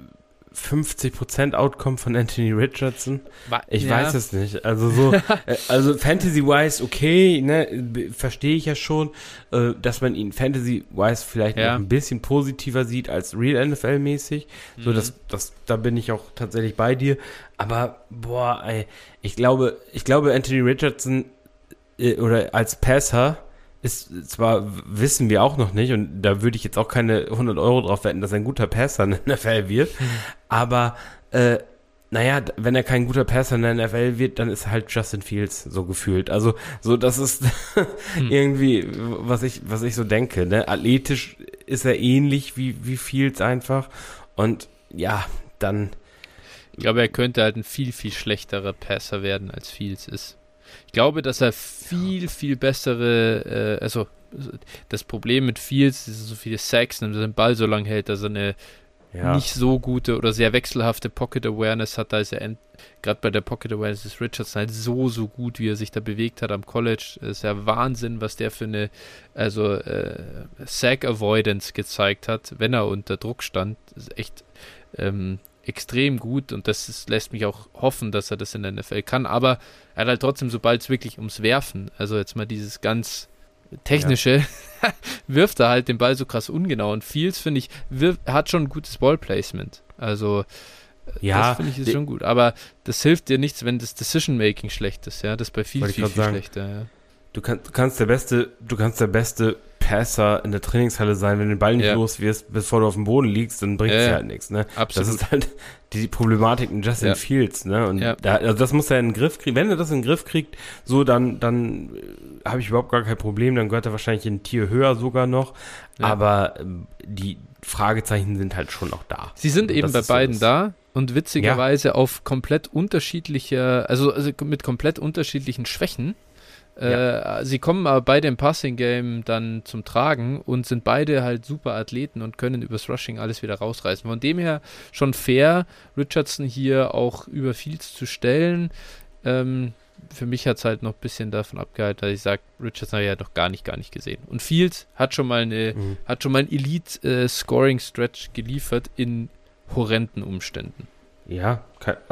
50% Outcome von Anthony Richardson? Ich weiß es nicht. Also so, also Fantasy-wise okay, ne, verstehe ich ja schon, dass man ihn Fantasy-wise vielleicht noch ein bisschen positiver sieht als Real NFL-mäßig. So, da bin ich auch tatsächlich bei dir. Aber, ich glaube Anthony Richardson oder als Passer ist zwar, wissen wir auch noch nicht, und da würde ich jetzt auch keine 100 Euro drauf wetten, dass er ein guter Passer in der NFL wird, aber wenn er kein guter Passer in der NFL wird, dann ist halt Justin Fields so gefühlt. Also so, das ist irgendwie, was ich so denke. Ne? Athletisch ist er ähnlich wie Fields einfach und dann. Ich glaube, er könnte halt ein viel, viel schlechterer Passer werden, als Fields ist. Ich glaube, dass er viel, viel bessere, das Problem mit Fields ist, so viele Sacks nimmt, dass er den Ball so lang hält, dass er eine nicht so gute oder sehr wechselhafte Pocket Awareness hat. Da ist er gerade bei der Pocket Awareness des Richardson halt so gut, wie er sich da bewegt hat am College. Das ist ja Wahnsinn, was der für eine Sack Avoidance gezeigt hat, wenn er unter Druck stand. Das ist echt extrem gut und lässt mich auch hoffen, dass er das in der NFL kann, aber er hat halt trotzdem, sobald es wirklich ums Werfen, also jetzt mal dieses ganz technische, wirft er halt den Ball so krass ungenau und Fields, finde ich, hat schon ein gutes Ballplacement, also das finde ich ist schon gut, aber das hilft dir nichts, wenn das Decision-Making schlecht ist, das ist bei Fields viel schlechter, Du kannst der beste Passer in der Trainingshalle sein, wenn du den Ball nicht los wirst, bevor du auf dem Boden liegst, dann bringt es halt nichts, ne? Absolut. Das ist halt die Problematik in Justin Fields, ne? Und also das muss er in den Griff kriegen. Wenn er das in den Griff kriegt, so, dann habe ich überhaupt gar kein Problem, dann gehört er wahrscheinlich ein Tier höher sogar noch, aber die Fragezeichen sind halt schon auch da. Sie sind eben bei beiden da. und witzigerweise auf komplett unterschiedlicher, also mit komplett unterschiedlichen Schwächen. Sie kommen aber beide im Passing-Game dann zum Tragen und sind beide halt super Athleten und können übers Rushing alles wieder rausreißen. Von dem her schon fair, Richardson hier auch über Fields zu stellen. Für mich hat es halt noch ein bisschen davon abgehalten, dass ich sage, Richardson habe ich halt noch gar nicht gesehen. Und Fields hat schon mal einen Elite-Scoring-Stretch geliefert in horrenden Umständen. Ja,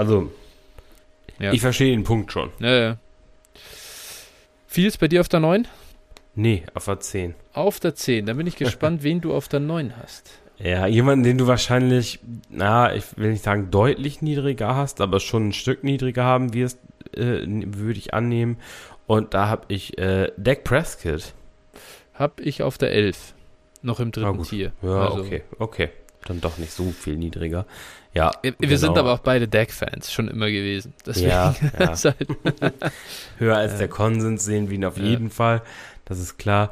ich verstehe den Punkt schon. Ja. Fields bei dir auf der 9? Nee, auf der 10. Auf der 10, da bin ich gespannt, wen du auf der 9 hast. Ja, jemanden, den du wahrscheinlich, ich will nicht sagen deutlich niedriger hast, aber schon ein Stück niedriger haben wirst, würde ich annehmen. Und da habe ich Dak Prescott. Habe ich auf der 11. Noch im dritten Tier. Ja, also, okay. Dann doch nicht so viel niedriger. Ja, wir sind aber auch beide Dak-Fans schon immer gewesen. Deswegen ja. Höher als der Konsens sehen wir ihn auf jeden Fall. Das ist klar.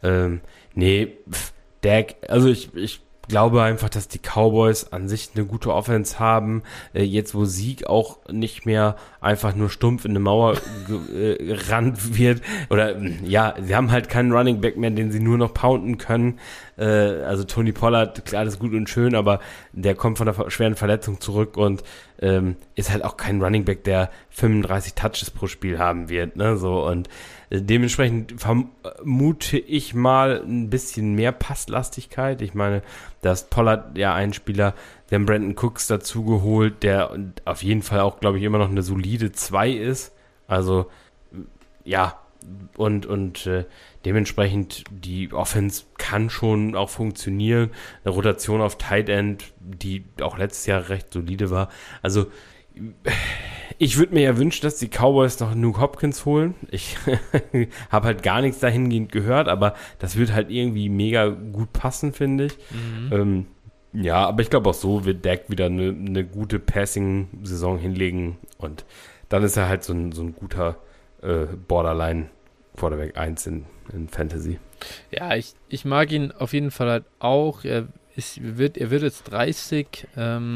Dak, also ich glaube einfach, dass die Cowboys an sich eine gute Offense haben. Jetzt, wo Sieg auch nicht mehr einfach nur stumpf in eine Mauer gerannt wird. Oder sie haben halt keinen Running Back mehr, den sie nur noch pounden können. Also Tony Pollard, klar, das ist gut und schön, aber der kommt von einer schweren Verletzung zurück und ist halt auch kein Running Back, der 35 Touches pro Spiel haben wird. Ne? So, und dementsprechend vermute ich mal ein bisschen mehr Passlastigkeit. Ich meine, dass Pollard ein Spieler, wir haben Brandon Cooks dazu geholt, der auf jeden Fall auch, glaube ich, immer noch eine solide 2 ist. Also, und dementsprechend die Offense kann schon auch funktionieren. Eine Rotation auf Tight End, die auch letztes Jahr recht solide war. Also, ich würde mir ja wünschen, dass die Cowboys noch Nuke Hopkins holen. Ich habe halt gar nichts dahingehend gehört, aber das wird halt irgendwie mega gut passen, finde ich. Mhm. Aber ich glaube auch so wird Dak wieder eine gute Passing-Saison hinlegen und dann ist er halt so ein guter Borderline Quarterback 1 in Fantasy. Ja, ich mag ihn auf jeden Fall halt auch. Er wird jetzt 30.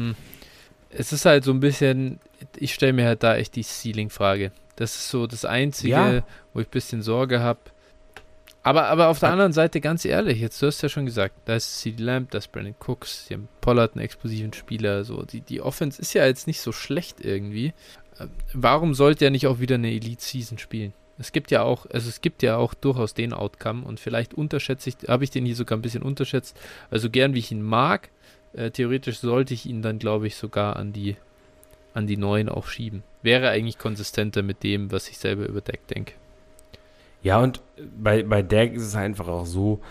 Es ist halt so ein bisschen, ich stelle mir halt da echt die Ceiling-Frage. Das ist so das Einzige, wo ich ein bisschen Sorge habe. Aber auf der anderen Seite, ganz ehrlich, du hast ja schon gesagt, da ist CeeDee Lamb, da ist Brandon Cooks, die haben Pollard, einen explosiven Spieler, so. Die Offense ist ja jetzt nicht so schlecht irgendwie. Warum sollte er nicht auch wieder eine Elite-Season spielen? Es gibt ja auch durchaus den Outcome und vielleicht habe ich den hier sogar ein bisschen unterschätzt. Also gern wie ich ihn mag, theoretisch sollte ich ihn dann, glaube ich, sogar an die 9 auch schieben. Wäre eigentlich konsistenter mit dem, was ich selber über Dak denke. Ja, und bei Dak ist es einfach auch so,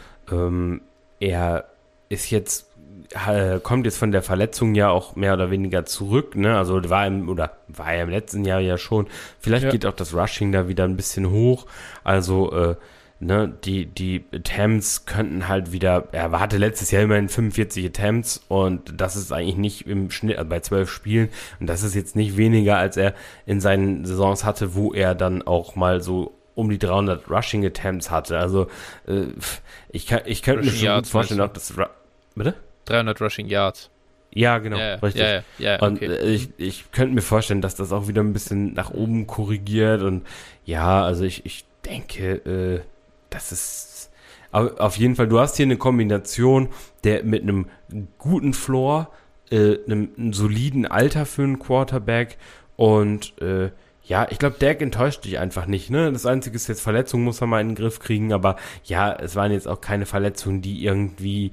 er ist jetzt kommt jetzt von der Verletzung ja auch mehr oder weniger zurück, ne? Also war er im letzten Jahr ja schon. Vielleicht geht auch das Rushing da wieder ein bisschen hoch. Also die Attempts könnten halt wieder, er hatte letztes Jahr immerhin 45 Attempts und das ist eigentlich nicht im Schnitt, also bei 12 Spielen, und das ist jetzt nicht weniger, als er in seinen Saisons hatte, wo er dann auch mal so um die 300 Rushing Attempts hatte. Also ich könnte mir schon gut vorstellen, ob das... Bitte? 300 Rushing Yards. Ja, genau, richtig. Ja, und ich könnte mir vorstellen, dass das auch wieder ein bisschen nach oben korrigiert und also ich denke, das ist auf jeden Fall, du hast hier eine Kombination mit einem guten Floor, einem soliden Alter für einen Quarterback und ich glaube, Dak enttäuscht dich einfach nicht, ne? Das Einzige ist jetzt Verletzungen, muss er mal in den Griff kriegen, aber es waren jetzt auch keine Verletzungen, die irgendwie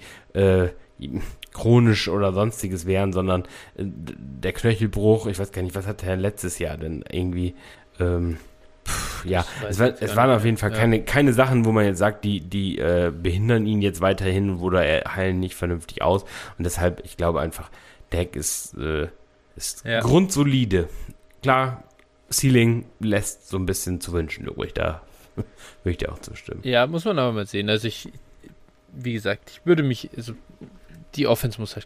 chronisch oder sonstiges wären, sondern der Knöchelbruch, ich weiß gar nicht, was hat er letztes Jahr denn irgendwie, es waren auf jeden Fall keine Sachen, wo man jetzt sagt, die behindern ihn jetzt weiterhin oder heilen nicht vernünftig aus, und deshalb, ich glaube einfach, Dak ist grundsolide. Klar, Ceiling lässt so ein bisschen zu wünschen übrig, da würde ich dir auch zustimmen. Ja, muss man aber mal sehen. Also wie gesagt, die Offense muss halt klicken.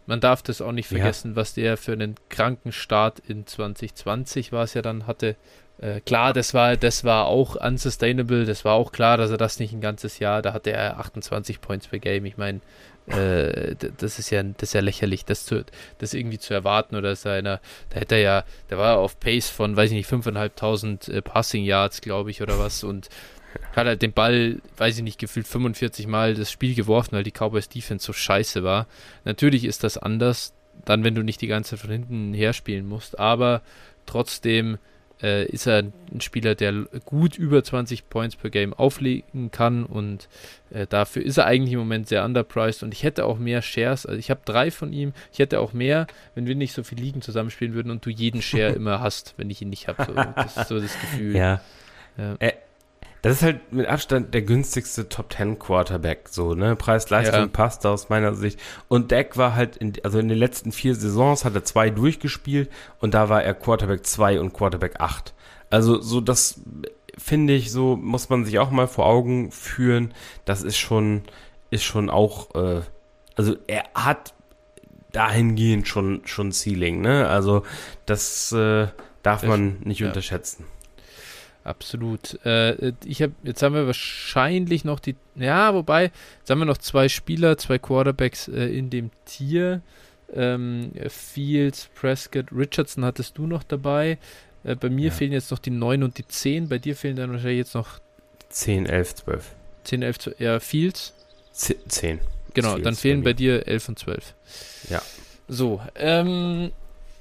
man darf das auch nicht vergessen, was der für einen kranken Start in 2020 war es ja dann hatte. Klar, das war auch unsustainable, das war auch klar, dass er das nicht ein ganzes Jahr, da hatte er 28 Points per Game, ich meine, das ist ja lächerlich, das irgendwie zu erwarten oder der war auf Pace von, weiß ich nicht, 5.500 Passing Yards, glaube ich, oder was und hat halt den Ball, weiß ich nicht, gefühlt 45 Mal das Spiel geworfen, weil die Cowboys Defense so scheiße war. Natürlich ist das anders, dann wenn du nicht die ganze Zeit von hinten her spielen musst, aber trotzdem ist er ein Spieler, der gut über 20 Points per Game auflegen kann und dafür ist er eigentlich im Moment sehr underpriced und ich hätte auch mehr Shares, also ich habe 3 von ihm, ich hätte auch mehr, wenn wir nicht so viel Ligen zusammenspielen würden und du jeden Share immer hast, wenn ich ihn nicht habe, so, das ist so das Gefühl. Ja. Das ist halt mit Abstand der günstigste Top-10 Quarterback, so, ne? Preis-Leistung passt aus meiner Sicht. Und Dak war halt, in den letzten 4 Saisons hat er 2 durchgespielt und da war er Quarterback 2 und Quarterback 8. Also, so, das finde ich, so muss man sich auch mal vor Augen führen. Das ist schon auch, also er hat dahingehend schon Ceiling, ne? Also, das darf man nicht unterschätzen. Absolut. Jetzt haben wir wahrscheinlich noch jetzt haben wir noch 2 Spieler, 2 Quarterbacks in dem Tier. Fields, Prescott, Richardson hattest du noch dabei. Bei mir fehlen jetzt noch die 9 und die 10. Bei dir fehlen dann wahrscheinlich jetzt noch 10, 11, 12. 10, 11, 12. Ja, Fields. 10. Genau, dann fehlen bei dir 11 und 12. Ja. So, dann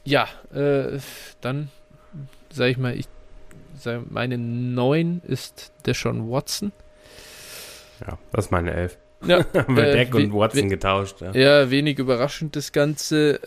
sage ich mal, meine 9 ist Deshaun Watson. Ja, das ist meine 11. Ja, haben wir Dak und Watson getauscht. Ja, wenig überraschend das Ganze.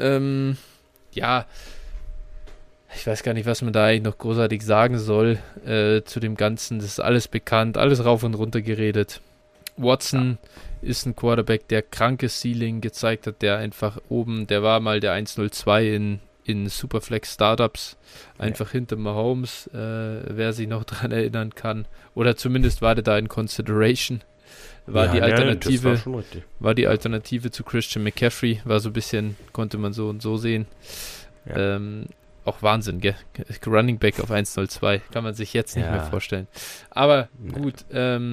Ich weiß gar nicht, was man da eigentlich noch großartig sagen soll zu dem Ganzen. Das ist alles bekannt, alles rauf und runter geredet. Watson ist ein Quarterback, der krankes Ceiling gezeigt hat, der einfach der war mal der 102 in Superflex Startups, einfach hinter Mahomes, wer sich noch dran erinnern kann. Oder zumindest war der da in Consideration. War die Alternative zu Christian McCaffrey, war so ein bisschen, konnte man so und so sehen. Ja. Auch Wahnsinn, gell? Running Back auf 102, kann man sich jetzt nicht mehr vorstellen. Aber gut,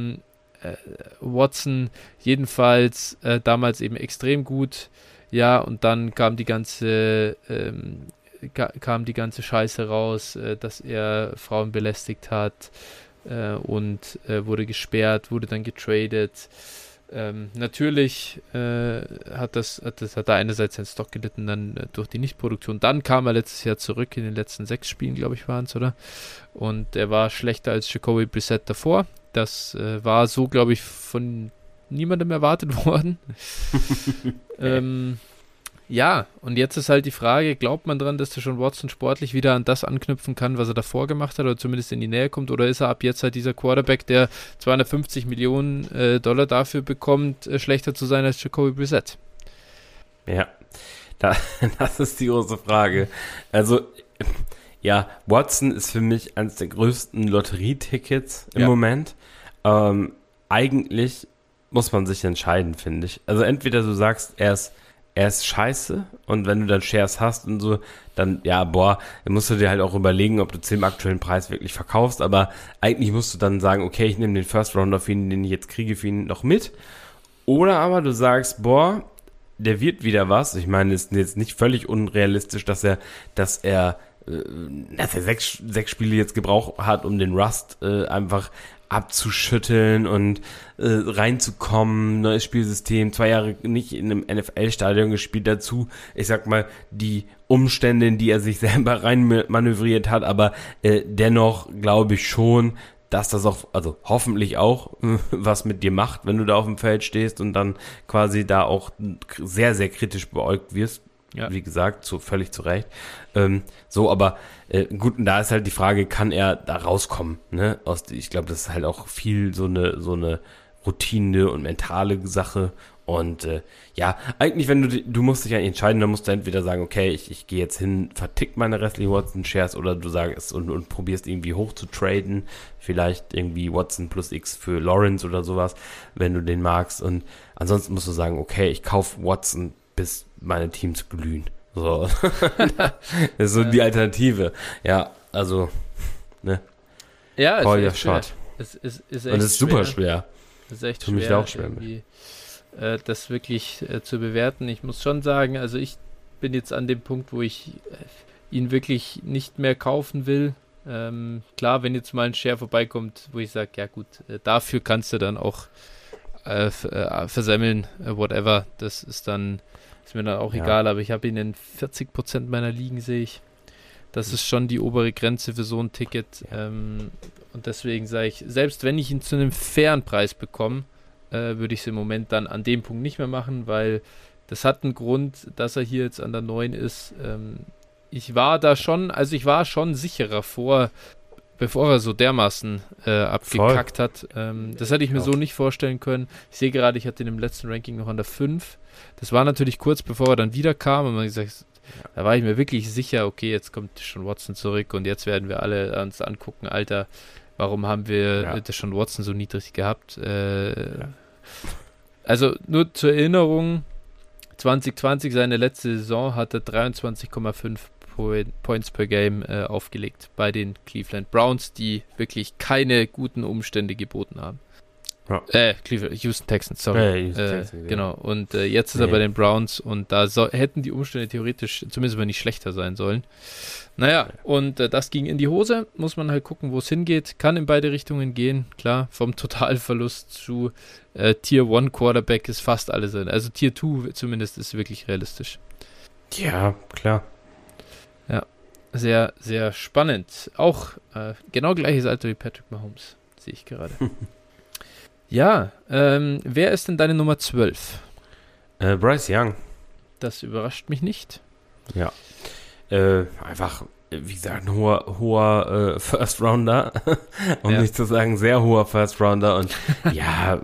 Watson jedenfalls damals eben extrem gut. Ja, und dann kam die ganze Scheiße raus, dass er Frauen belästigt hat und wurde gesperrt, wurde dann getradet. Natürlich hat er einerseits seinen Stock gelitten, dann durch die Nichtproduktion. Dann kam er letztes Jahr zurück in den letzten 6 Spielen, glaube ich, waren es, oder? Und er war schlechter als Jacoby Brissett davor. Das war so, glaube ich, von niemandem erwartet worden. Ja, und jetzt ist halt die Frage, glaubt man dran, dass der Deshaun Watson sportlich wieder an das anknüpfen kann, was er davor gemacht hat, oder zumindest in die Nähe kommt, oder ist er ab jetzt halt dieser Quarterback, der 250 Millionen Dollar dafür bekommt, schlechter zu sein als Jacoby Brissett? Ja, das ist die große Frage. Also, ja, Watson ist für mich eines der größten Lotterietickets im Moment. Eigentlich muss man sich entscheiden, finde ich. Also entweder du sagst, er ist scheiße und wenn du dann Shares hast und so, dann, dann musst du dir halt auch überlegen, ob du zu dem aktuellen Preis wirklich verkaufst, aber eigentlich musst du dann sagen, okay, ich nehme den First Rounder für ihn, den ich jetzt kriege, für ihn noch mit. Oder aber du sagst, der wird wieder was. Ich meine, es ist jetzt nicht völlig unrealistisch, dass er 6 Spiele jetzt gebraucht hat, um den Rust einfach abzuschütteln und reinzukommen, neues Spielsystem, 2 Jahre nicht in einem NFL-Stadion gespielt, dazu, ich sag mal, die Umstände, in die er sich selber rein manövriert hat, aber dennoch glaube ich schon, dass das auch, also hoffentlich auch, was mit dir macht, wenn du da auf dem Feld stehst und dann quasi da auch sehr, sehr kritisch beäugt wirst. Ja. Wie gesagt, völlig zu Recht. Aber gut, und da ist halt die Frage, kann er da rauskommen? Ne? Ich glaube, das ist halt auch viel so eine Routine und mentale Sache. Und eigentlich, wenn du musst dich ja entscheiden, dann musst du entweder sagen, okay, ich gehe jetzt hin, vertick meine restlichen Watson-Shares, oder du sagst und probierst irgendwie hoch zu traden, vielleicht irgendwie Watson plus X für Lawrence oder sowas, wenn du den magst. Und ansonsten musst du sagen, okay, ich kaufe Watson bis meine Teams glühen. So. Das ist so die Alternative. Ja, also, ne? Ja, Call your shot. Es ist echt und es ist super schwer. Es ist echt für mich schwer, auch schwer das wirklich zu bewerten. Ich muss schon sagen, also ich bin jetzt an dem Punkt, wo ich ihn wirklich nicht mehr kaufen will. Klar, wenn jetzt mal ein Share vorbeikommt, wo ich sage, ja gut, dafür kannst du dann auch versemmeln, whatever. Das ist mir dann auch egal, aber ich habe ihn in 40% meiner Ligen, sehe ich. Das ist schon die obere Grenze für so ein Ticket. Und deswegen sage ich, selbst wenn ich ihn zu einem fairen Preis bekomme, würde ich es im Moment dann an dem Punkt nicht mehr machen, weil das hat einen Grund, dass er hier jetzt an der 9 ist. Ich war schon sicherer bevor er so dermaßen abgekackt hat. Das hätte ich mir so nicht vorstellen können. Ich sehe gerade, ich hatte ihn im letzten Ranking noch an der 5. Das war natürlich kurz bevor er dann wieder kam und man gesagt, da war ich mir wirklich sicher, okay, jetzt kommt Deshaun Watson zurück und jetzt werden wir alle uns angucken, Alter, warum haben wir Deshaun Watson so niedrig gehabt? Also nur zur Erinnerung, 2020, seine letzte Saison, hat er 23,5 Points per Game aufgelegt bei den Cleveland Browns, die wirklich keine guten Umstände geboten haben. Ja. Houston Texans, sorry. Genau, und jetzt ist er bei den Browns und da hätten die Umstände theoretisch zumindest mal nicht schlechter sein sollen. Naja, und das ging in die Hose, muss man halt gucken, wo es hingeht. Kann in beide Richtungen gehen, klar, vom Totalverlust zu Tier 1 Quarterback ist fast alles drin. Also Tier 2 zumindest ist wirklich realistisch. Ja, klar. Ja, sehr, sehr spannend. Auch genau gleiches Alter wie Patrick Mahomes, sehe ich gerade. Ja, wer ist denn deine Nummer 12? Bryce Young. Das überrascht mich nicht. Ja, einfach, wie gesagt, ein hoher First Rounder, um nicht zu sagen sehr hoher First Rounder und ja,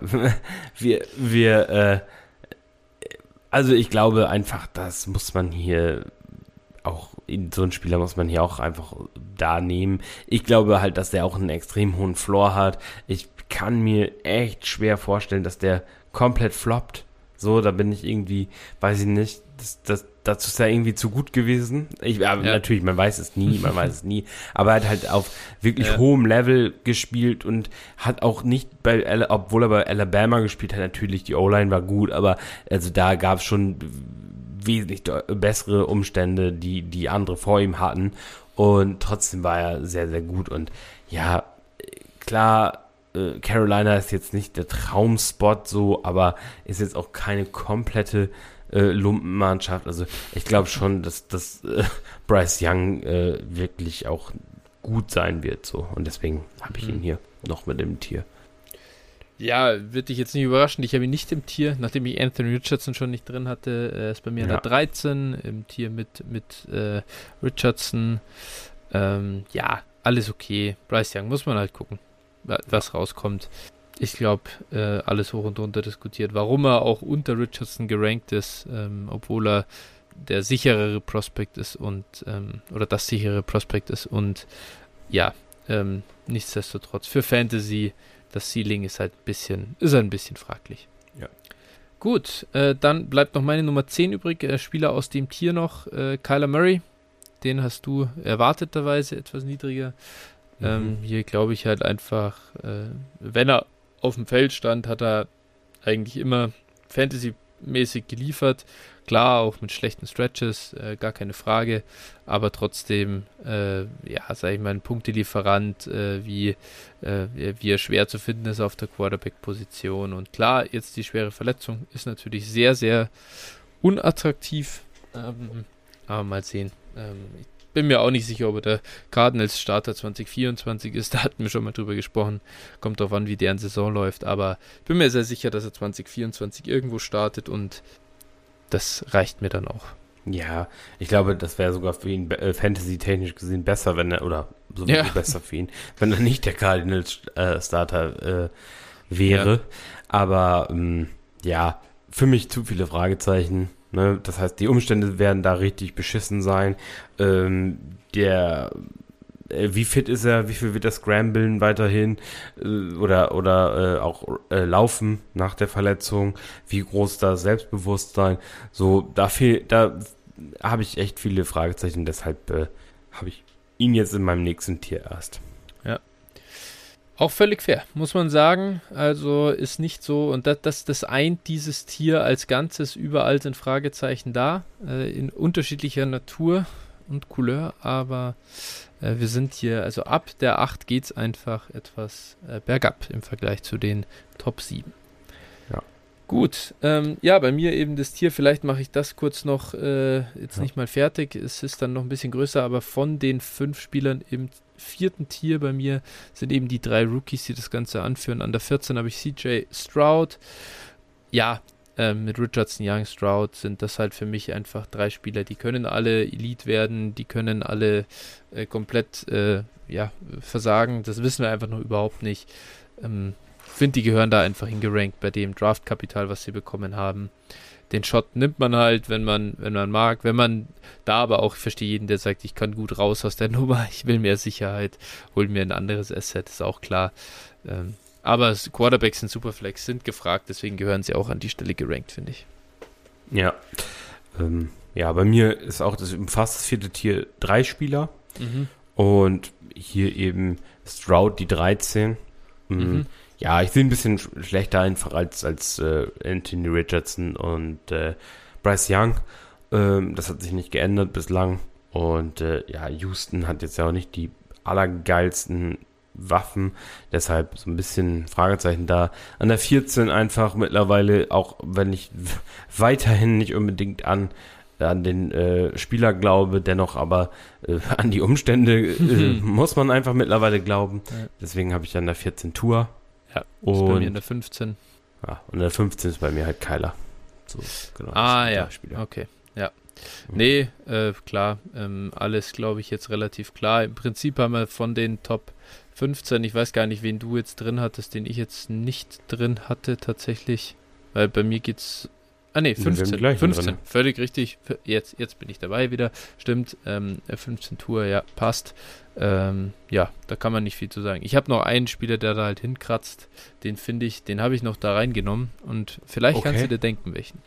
also ich glaube einfach, das muss man hier auch, so einen Spieler muss man hier auch einfach da nehmen. Ich glaube halt, dass der auch einen extrem hohen Floor hat. Ich kann mir echt schwer vorstellen, dass der komplett floppt. So, da bin ich irgendwie, weiß ich nicht, dazu ist er irgendwie zu gut gewesen. Natürlich, man weiß es nie, aber er hat halt auf wirklich hohem Level gespielt und hat auch nicht obwohl er bei Alabama gespielt hat, natürlich, die O-Line war gut, aber also da gab es schon wesentlich bessere Umstände, die andere vor ihm hatten und trotzdem war er sehr, sehr gut und ja, klar, Carolina ist jetzt nicht der Traumspot so, aber ist jetzt auch keine komplette Lumpenmannschaft. Also ich glaube schon, dass Bryce Young wirklich auch gut sein wird so und deswegen habe ich ihn hier noch mit im Tier. Ja, wird dich jetzt nicht überraschen. Ich habe ihn nicht im Tier, nachdem ich Anthony Richardson schon nicht drin hatte. Er ist bei mir in der 13 im Tier mit Richardson. Ja, alles okay. Bryce Young muss man halt gucken, was rauskommt. Ich glaube, alles hoch und runter diskutiert, warum er auch unter Richardson gerankt ist, obwohl er der sicherere Prospekt ist und oder das sichere Prospekt ist und ja, nichtsdestotrotz für Fantasy das Ceiling ist halt ein bisschen fraglich. Ja. Gut, dann bleibt noch meine Nummer 10 übrig, Spieler aus dem Tier noch, Kyler Murray, den hast du erwarteterweise etwas niedriger. Hier glaube ich halt einfach, wenn er auf dem Feld stand, hat er eigentlich immer Fantasy-mäßig geliefert. Klar, auch mit schlechten Stretches, gar keine Frage, aber trotzdem, sag ich mal, ein Punktelieferant, wie er schwer zu finden ist auf der Quarterback-Position. Und klar, jetzt die schwere Verletzung ist natürlich sehr, sehr unattraktiv, aber mal sehen. Ich bin mir auch nicht sicher, ob er der Cardinals-Starter 2024 ist. Da hatten wir schon mal drüber gesprochen. Kommt drauf an, wie deren Saison läuft. Aber ich bin mir sehr sicher, dass er 2024 irgendwo startet und das reicht mir dann auch. Ja, ich glaube, das wäre sogar für ihn Fantasy-technisch gesehen besser, wenn er, oder sowieso besser für ihn, wenn er nicht der Cardinals-Starter wäre. Ja. Aber für mich zu viele Fragezeichen. Ne? Das heißt, die Umstände werden da richtig beschissen sein. Der wie fit ist er, wie viel wird er scramblen weiterhin oder auch laufen nach der Verletzung, wie groß ist das Selbstbewusstsein, so, da habe ich echt viele Fragezeichen, deshalb habe ich ihn jetzt in meinem nächsten Tier erst. Ja. Auch völlig fair, muss man sagen. Also ist nicht so, und das eint dieses Tier als Ganzes, überall sind Fragezeichen da, in unterschiedlicher Natur und Couleur, aber wir sind hier, also ab der 8 geht es einfach etwas bergab im Vergleich zu den Top 7. Ja. Gut, bei mir eben das Tier, vielleicht mache ich das kurz noch nicht mal fertig, es ist dann noch ein bisschen größer, aber von den 5 Spielern im 4. Tier bei mir sind eben die 3 Rookies, die das Ganze anführen. An der 14 habe ich CJ Stroud. Ja, mit Richardson, Young, Stroud sind das halt für mich einfach 3 Spieler, die können alle Elite werden, die können alle komplett versagen. Das wissen wir einfach noch überhaupt nicht. Finde, die gehören da einfach hingerankt bei dem Draftkapital, was sie bekommen haben. Den Shot nimmt man halt, wenn man mag. Wenn man da aber auch, ich verstehe jeden, der sagt, ich kann gut raus aus der Nummer, ich will mehr Sicherheit, hol mir ein anderes Asset, ist auch klar. Aber Quarterbacks in Superflex sind gefragt, deswegen gehören sie auch an die Stelle gerankt, finde ich. Ja. Bei mir ist auch umfasst das 4. Tier 3 Spieler. Und hier eben Stroud die 13. Ja, ich sehe ein bisschen schlechter einfach als Anthony Richardson und Bryce Young. Das hat sich nicht geändert bislang. Und Houston hat jetzt ja auch nicht die allergeilsten Waffen. Deshalb so ein bisschen Fragezeichen da. An der 14 einfach mittlerweile, auch wenn ich weiterhin nicht unbedingt an den Spieler glaube, dennoch aber an die Umstände muss man einfach mittlerweile glauben. Ja. Deswegen habe ich an der 14 Tour. Ja, ist bei mir in der 15. Ja, und in der 15 ist bei mir halt Kyler. So, genau. Spieler. Okay, ja. Nee, klar, alles glaube ich jetzt relativ klar. Im Prinzip haben wir von den Top 15, ich weiß gar nicht, wen du jetzt drin hattest, den ich jetzt nicht drin hatte tatsächlich, weil bei mir geht's 15, 15, völlig richtig, jetzt bin ich dabei wieder, stimmt, 15 Tour, ja, passt, da kann man nicht viel zu sagen. Ich habe noch einen Spieler, der da halt hinkratzt, den habe ich noch da reingenommen und vielleicht kannst du dir denken, welchen.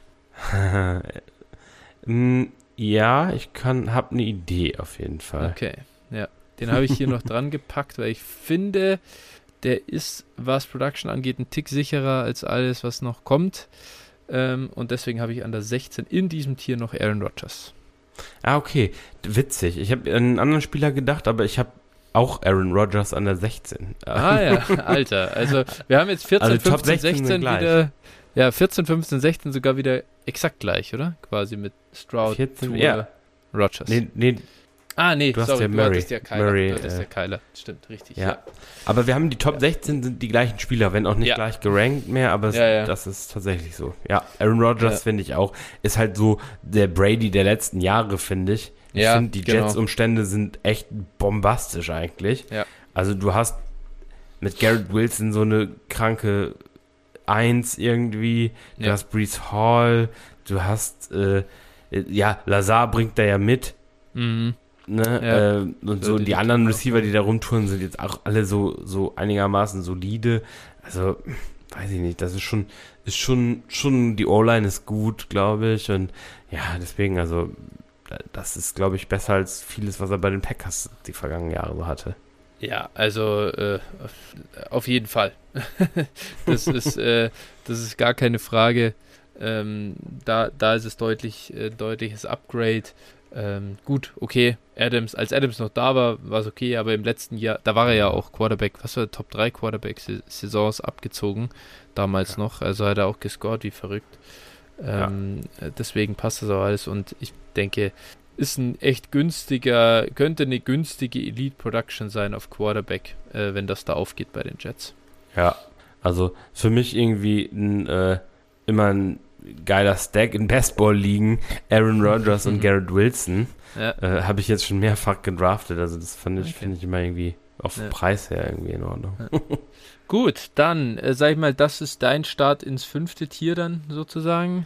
Ja, ich habe eine Idee auf jeden Fall. Okay, ja, den habe ich hier noch dran gepackt, weil ich finde, der ist, was Production angeht, ein Tick sicherer als alles, was noch kommt. Und deswegen habe ich an der 16 in diesem Tier noch Aaron Rodgers. Okay. Witzig. Ich habe an einen anderen Spieler gedacht, aber ich habe auch Aaron Rodgers an der 16. Alter. Also wir haben jetzt 14, also 15, 16 wieder. Ja, 14, 15, 16 sogar wieder exakt gleich, oder? Quasi mit Stroud, 14, Rodgers. Nee. Du hast ja Murray. Du hattest ja Kyler. Stimmt, richtig. Ja. Aber wir haben die Top 16 sind die gleichen Spieler, wenn auch nicht gleich gerankt mehr, aber das ist tatsächlich so. Ja, Aaron Rodgers finde ich auch, ist halt so der Brady der letzten Jahre, finde ich. Ich finde, die Jets-Umstände sind echt bombastisch eigentlich. Ja. Also du hast mit Garrett Wilson so eine kranke 1 irgendwie, du hast Breece Hall, du hast Lazar bringt da ja mit. Und so die anderen Receiver, die da rumtouren, sind jetzt auch alle so einigermaßen solide. Also, weiß ich nicht, das ist schon die O-Line ist gut, glaube ich. Und ja, deswegen, also, das ist, glaube ich, besser als vieles, was er bei den Packers die vergangenen Jahre so hatte. Ja, also auf jeden Fall. Das ist gar keine Frage. Da ist es deutliches Upgrade. Gut, okay, als Adams noch da war es okay, aber im letzten Jahr, da war er ja auch Quarterback, Top 3 Quarterback-Saisons abgezogen, damals noch, also hat er auch gescored wie verrückt. Deswegen passt das auch alles und ich denke, könnte eine günstige Elite-Production sein auf Quarterback, wenn das da aufgeht bei den Jets. Ja, also für mich irgendwie immer ein geiler Stack in Bestball-Ligen, Aaron Rodgers und Garrett Wilson. Habe ich jetzt schon mehrfach gedraftet, also das finde ich immer irgendwie auf Preis her irgendwie in Ordnung. Ja. Gut, dann sag ich mal, das ist dein Start ins 5. Tier dann sozusagen,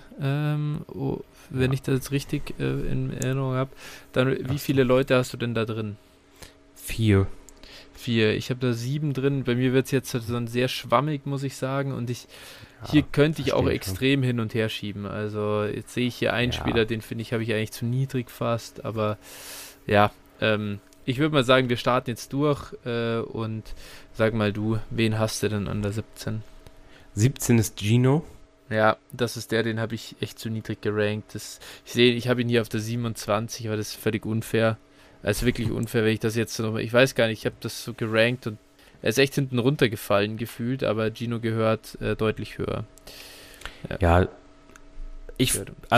wenn ich das jetzt richtig in Erinnerung habe. Dann, wie viele Leute hast du denn da drin? 4. Ich habe da 7 drin. Bei mir wird es jetzt so sehr schwammig, muss ich sagen. Und hier könnte ich auch extrem hin und her schieben. Also jetzt sehe ich hier einen Spieler, den finde ich, habe ich eigentlich zu niedrig fast. Aber ja, ich würde mal sagen, wir starten jetzt durch. Und sag mal du, wen hast du denn an der 17? 17 ist Gino. Ja, das ist den habe ich echt zu niedrig gerankt. Ich habe ihn hier auf der 27, aber das ist völlig unfair. Es ist wirklich unfair, wenn ich das jetzt noch... Ich weiß gar nicht, ich habe das so gerankt und er ist echt hinten runtergefallen gefühlt, aber Gino gehört deutlich höher. Ja, ich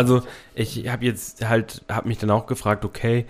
habe mich dann auch gefragt, okay,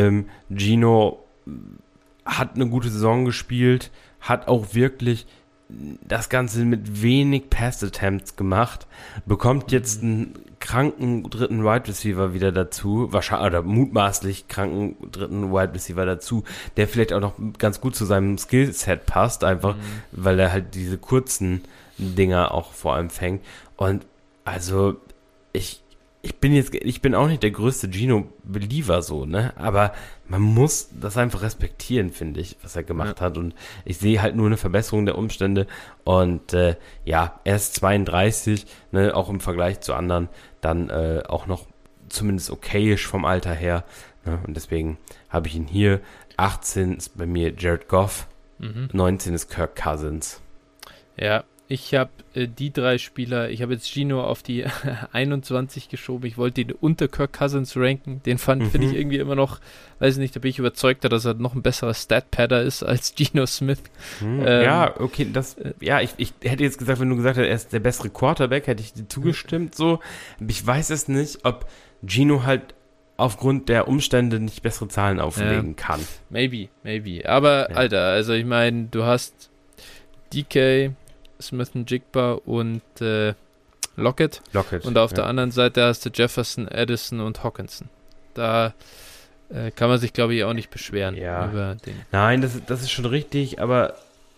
Gino hat eine gute Saison gespielt, hat auch wirklich das Ganze mit wenig Pass-Attempts gemacht, bekommt jetzt einen kranken dritten Wide Receiver wieder dazu, wahrscheinlich, oder mutmaßlich kranken dritten Wide Receiver dazu, der vielleicht auch noch ganz gut zu seinem Skillset passt, einfach, weil er halt diese kurzen Dinger auch vor allem fängt. Und also, ich bin auch nicht der größte Gino-Believer so, ne, aber man muss das einfach respektieren, finde ich, was er gemacht hat, und ich sehe halt nur eine Verbesserung der Umstände und er ist 32, ne, auch im Vergleich zu anderen dann auch noch zumindest okayisch vom Alter her, ne, und deswegen habe ich ihn hier. 18 ist bei mir Jared Goff, 19 ist Kirk Cousins. Ja, ich habe die 3 Spieler, ich habe jetzt Gino auf die 21 geschoben, ich wollte ihn unter Kirk Cousins ranken, den finde ich irgendwie immer noch, weiß nicht, da bin ich überzeugter, dass er noch ein besserer Stat-Padder ist als Geno Smith. Ja, okay, ich hätte jetzt gesagt, wenn du gesagt hättest, er ist der bessere Quarterback, hätte ich dir zugestimmt, so. Ich weiß es nicht, ob Gino halt aufgrund der Umstände nicht bessere Zahlen auflegen kann. Maybe, aber Alter, also ich meine, du hast DK, Smith-Njigba und Lockett. Und auf der anderen Seite hast du Jefferson, Addison und Hockenson. Da kann man sich, glaube ich, auch nicht beschweren über den. Nein, das ist schon richtig, aber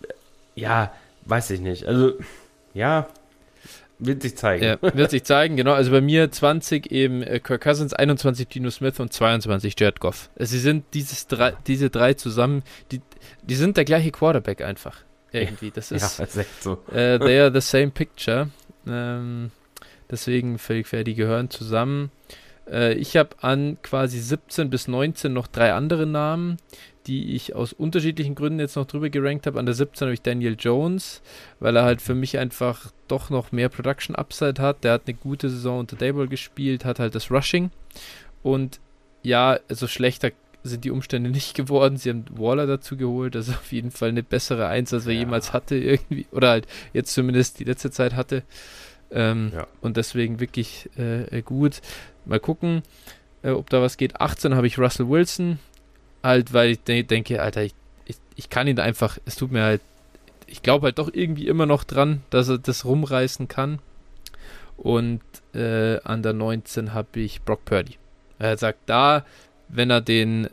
weiß ich nicht. Also, wird sich zeigen. Ja, wird sich zeigen, genau. Also bei mir 20 eben Kirk Cousins, 21 Geno Smith und 22 Jared Goff. Also sie sind diese drei zusammen, die sind der gleiche Quarterback einfach. Irgendwie. Das ist echt so. They are the same picture. Deswegen völlig fair, die gehören zusammen. Ich habe an quasi 17 bis 19 noch 3 andere Namen, die ich aus unterschiedlichen Gründen jetzt noch drüber gerankt habe. An der 17 habe ich Daniel Jones, weil er halt für mich einfach doch noch mehr Production Upside hat. Der hat eine gute Saison unter Daboll gespielt, hat halt das Rushing. Und ja, also schlechter sind die Umstände nicht geworden. Sie haben Waller dazu geholt, das ist auf jeden Fall eine bessere 1, als er jemals hatte irgendwie, oder halt jetzt zumindest die letzte Zeit hatte. Und deswegen wirklich gut. Mal gucken, ob da was geht. 18 habe ich Russell Wilson, halt, weil ich denke, Alter, ich kann ihn einfach, es tut mir halt, ich glaube halt doch irgendwie immer noch dran, dass er das rumreißen kann. Und an der 19 habe ich Brock Purdy. Er sagt wenn er den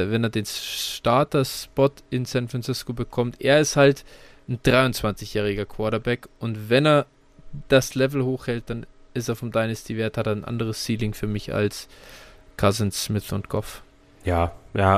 Starter-Spot in San Francisco bekommt, er ist halt ein 23-jähriger Quarterback und wenn er das Level hochhält, dann ist er vom Dynasty-Wert, hat er ein anderes Ceiling für mich als Cousins, Smith und Goff. Ja.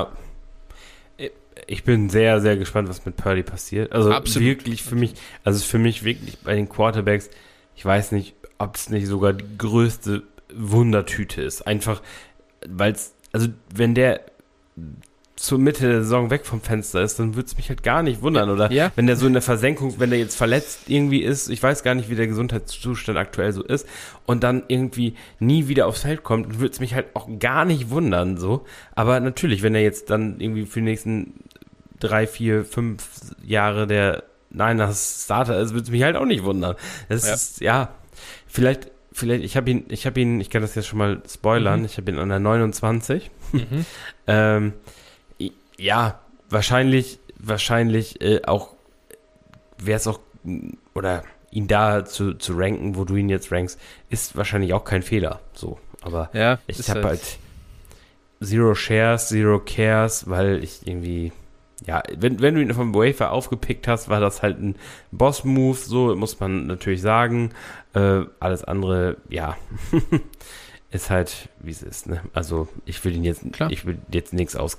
Ich bin sehr, sehr gespannt, was mit Purdy passiert. Also absolut. Wirklich für mich wirklich bei den Quarterbacks, ich weiß nicht, ob es nicht sogar die größte Wundertüte ist. Einfach, weil es, also wenn der zur Mitte der Saison weg vom Fenster ist, dann würde es mich halt gar nicht wundern. Oder wenn der so in der Versenkung, wenn der jetzt verletzt irgendwie ist, ich weiß gar nicht, wie der Gesundheitszustand aktuell so ist, und dann irgendwie nie wieder aufs Feld kommt, dann würde es mich halt auch gar nicht wundern. So. Aber natürlich, wenn er jetzt dann irgendwie für die nächsten 3, 4, 5 Jahre der Niners Starter ist, würde es mich halt auch nicht wundern. Das ist, vielleicht, ich habe ihn, ich kann das jetzt schon mal spoilern, ich habe ihn an der 29. Wahrscheinlich auch wäre es auch, oder ihn da zu ranken, wo du ihn jetzt rankst, ist wahrscheinlich auch kein Fehler. So, aber ich habe halt Zero Shares, Zero Cares, weil ich irgendwie, wenn du ihn vom Wafer aufgepickt hast, war das halt ein Boss-Move, so muss man natürlich sagen. Alles andere, ist halt, wie es ist, ne? Also ich will jetzt nichts ausgeben.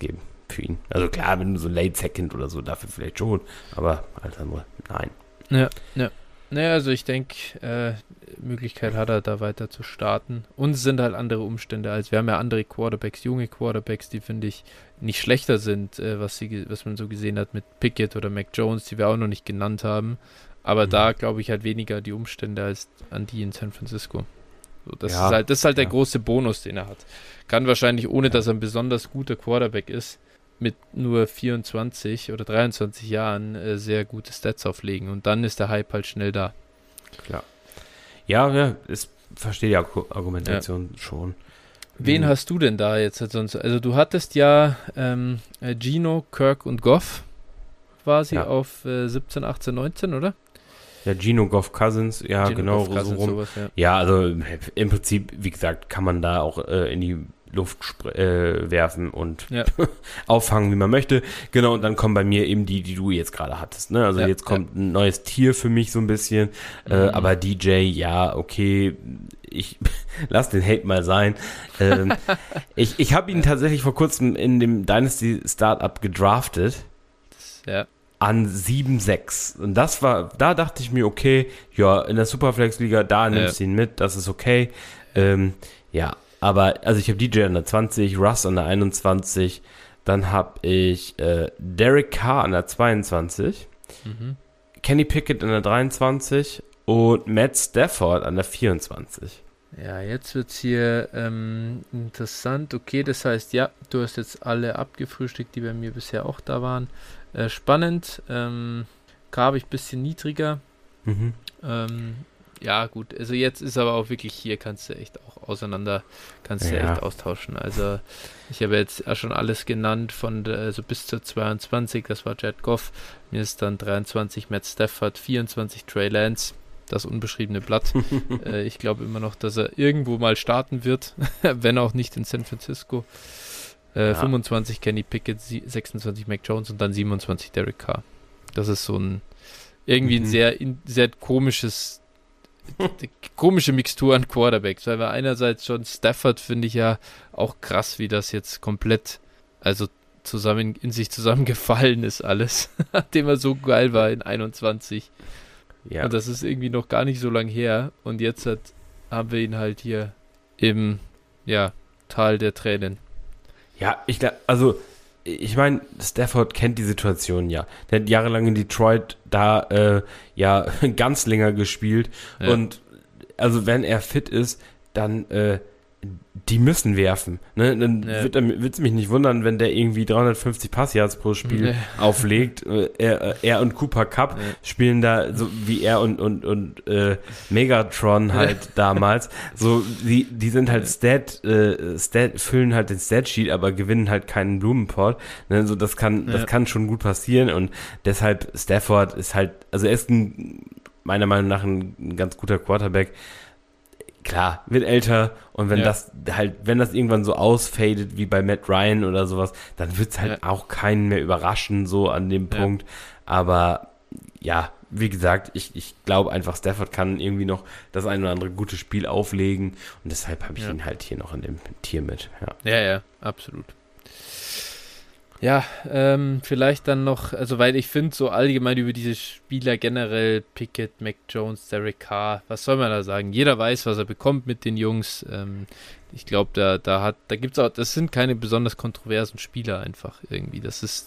für ihn. Also klar, wenn du so Late Second oder so, dafür vielleicht schon, aber alles andere, nein. Ja. Naja, also ich denke, Möglichkeit hat er, da weiter zu starten. Und es sind halt andere Umstände, als wir haben ja andere Quarterbacks, junge Quarterbacks, die, finde ich, nicht schlechter sind, was man so gesehen hat mit Pickett oder Mac Jones, die wir auch noch nicht genannt haben. Aber da glaube ich halt weniger die Umstände als an die in San Francisco. So, das ist halt der große Bonus, den er hat. Kann wahrscheinlich, ohne dass er ein besonders guter Quarterback ist, mit nur 24 oder 23 Jahren sehr gute Stats auflegen. Und dann ist der Hype halt schnell da. Klar. Ja, ich verstehe die Argumentation schon. Wen hast du denn da jetzt sonst? Also du hattest ja Gino, Kirk und Goff quasi auf 17, 18, 19, oder? Ja, Gino, Goff, Cousins, ja, Gino, genau. Goff, Cousins, so rum. Sowas, ja, also im Prinzip, wie gesagt, kann man da auch in die Luft werfen und auffangen, wie man möchte. Genau, und dann kommen bei mir eben die du jetzt gerade hattest. Ne? Also jetzt kommt ein neues Tier für mich so ein bisschen. Aber DJ, ja, okay, ich lass den Hate mal sein. Ich habe ihn tatsächlich vor kurzem in dem Dynasty Startup gedraftet. Ja. An 7,6. Und da dachte ich mir, okay, ja, in der Superflex-Liga, da nimmst du ihn mit, das ist okay. Aber, also ich habe DJ an der 20, Russ an der 21, dann habe ich Derek Carr an der 22, Kenny Pickett an der 23 und Matt Stafford an der 24. Ja, jetzt wird es hier interessant. Okay, das heißt, ja, du hast jetzt alle abgefrühstückt, die bei mir bisher auch da waren. Spannend. Carr habe ich ein bisschen niedriger. Ja, gut. Also jetzt ist aber auch wirklich hier, kannst du echt auch echt austauschen. Also ich habe jetzt schon alles genannt von also bis zur 22, das war Jared Goff. Mir ist dann 23 Matt Stafford, 24 Trey Lance, das unbeschriebene Blatt. Ich glaube immer noch, dass er irgendwo mal starten wird, wenn auch nicht in San Francisco. 25 Kenny Pickett, 26 Mac Jones und dann 27 Derek Carr. Das ist so ein sehr komische Mixtur an Quarterbacks, weil wir einerseits schon Stafford finde ich ja auch krass, wie das jetzt komplett in sich zusammengefallen ist alles, nachdem er so geil war in 21. Ja. Und das ist irgendwie noch gar nicht so lang her und jetzt haben wir ihn halt hier im Tal der Tränen. Ja, ich meine, Stafford kennt die Situation ja. Der hat jahrelang in Detroit da ganz länger gespielt. Ja. Und also wenn er fit ist, dann die müssen werfen. Ne? Dann wird es mich nicht wundern, wenn der irgendwie 350 Passyards pro Spiel auflegt. Er und Cooper Kupp spielen da so wie er und Megatron halt damals. So die sind halt füllen halt den Statsheet, aber gewinnen halt keinen Blumenpott. Ne? So das kann schon gut passieren und deshalb Stafford ist halt, also er ist meiner Meinung nach ein ganz guter Quarterback. Klar, wird älter und wenn das irgendwann so ausfadet wie bei Matt Ryan oder sowas, dann wird es halt auch keinen mehr überraschen, so an dem Punkt. Aber ja, wie gesagt, ich glaube einfach, Stafford kann irgendwie noch das ein oder andere gute Spiel auflegen und deshalb habe ich ihn halt hier noch in dem Tier mit. Ja, absolut. Ja, vielleicht dann noch, also weil ich finde so allgemein über diese Spieler generell, Pickett, Mac Jones, Derek Carr, was soll man da sagen? Jeder weiß, was er bekommt mit den Jungs. Ich glaube, da gibt's auch, das sind keine besonders kontroversen Spieler einfach irgendwie.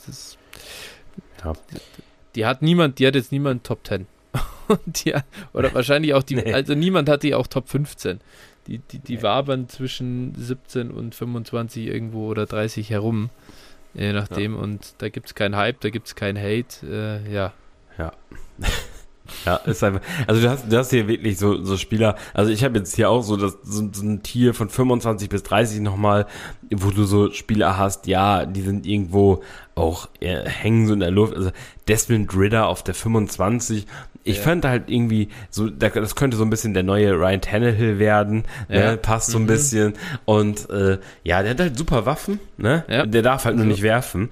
Die hat jetzt niemand Top 10. Oder wahrscheinlich auch also niemand hat die auch Top 15. Die wabern zwischen 17 und 25 irgendwo oder 30 herum. Je nachdem, und da gibt es keinen Hype, da gibt es keinen Hate, Ja, ist einfach, also du hast hier wirklich so Spieler, also ich habe jetzt hier auch so ein Tier von 25 bis 30 nochmal, wo du so Spieler hast, die sind irgendwo auch hängen so in der Luft, also Desmond Ridder auf der 25, ich fand halt irgendwie so, das könnte so ein bisschen der neue Ryan Tannehill werden, ne? Passt so ein bisschen und der hat halt super Waffen, ne? Ja. Der darf halt nur nicht werfen.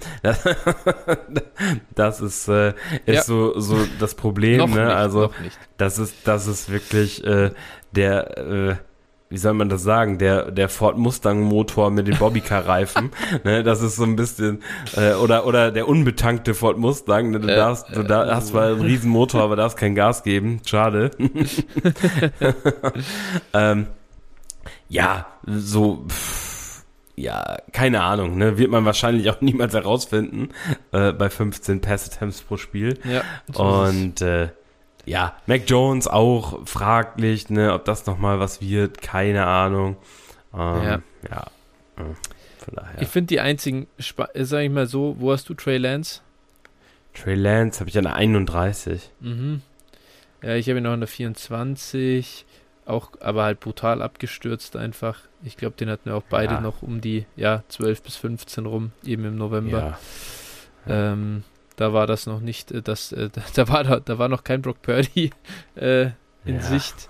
Das ist so das Problem, noch ne? Nicht, also noch nicht. das ist wirklich wie soll man das sagen, der Ford Mustang Motor mit den Bobbycar-Reifen, ne, das ist so ein bisschen, oder der unbetankte Ford Mustang, ne, du hast zwar einen riesen Motor, aber darfst kein Gas geben, schade. Ja, so, ja, keine Ahnung, ne, wird man wahrscheinlich auch niemals herausfinden, bei 15 Pass-Attempts pro Spiel. Ja. Und, ja, Mac Jones auch fraglich, ne, ob das nochmal was wird, keine Ahnung. Von daher. Ich finde die einzigen, sag ich mal so, wo hast du Trey Lance? Trey Lance habe ich an der 31. Mhm. Ja, ich habe ihn noch an der 24, auch, aber halt brutal abgestürzt einfach. Ich glaube, den hatten wir auch beide noch um die 12 bis 15 rum, eben im November. Ja. Da war das noch nicht, da war noch kein Brock Purdy in Sicht.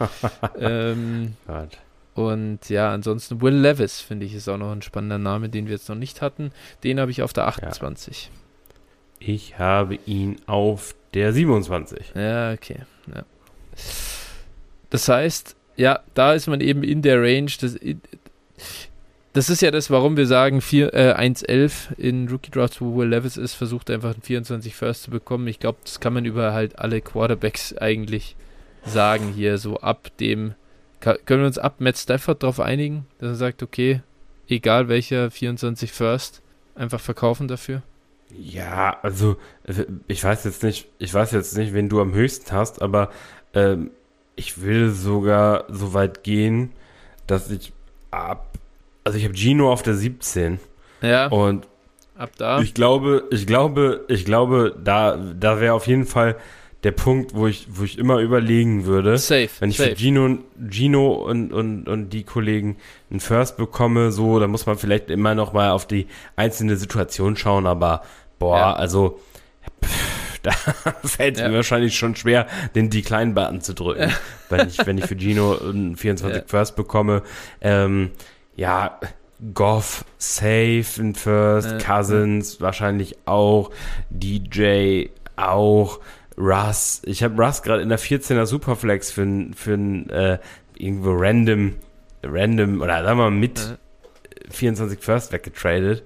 Und ja, ansonsten Will Levis, finde ich, ist auch noch ein spannender Name, den wir jetzt noch nicht hatten. Den habe ich auf der 28. Ja. Ich habe ihn auf der 27. Ja, okay. Ja. Das heißt, ja, da ist man eben in der Range. Das ist ja das, warum wir sagen 1-11 in Rookie Drafts, wo Will Levis ist, versucht einfach einen 24 First zu bekommen. Ich glaube, das kann man über halt alle Quarterbacks eigentlich sagen hier, so ab dem, können wir uns ab Matt Stafford darauf einigen, dass er sagt, okay, egal welcher 24 First, einfach verkaufen dafür? Ja, also ich weiß jetzt nicht, wen du am höchsten hast, aber ich will sogar so weit gehen, dass ich ich habe Gino auf der 17. Ja. Und ab da. Ich glaube, da wäre auf jeden Fall der Punkt, wo ich immer überlegen würde, wenn ich für Gino und die Kollegen einen First bekomme, so, da muss man vielleicht immer noch mal auf die einzelne Situation schauen, aber also da fällt es mir wahrscheinlich schon schwer, den Decline-Button zu drücken, wenn ich für Gino einen 24 First bekomme. Goff safe in First, Cousins wahrscheinlich auch, DJ auch, Russ. Ich habe Russ gerade in der 14er Superflex für ein irgendwo random oder sagen wir mal mit 24 First weggetradet.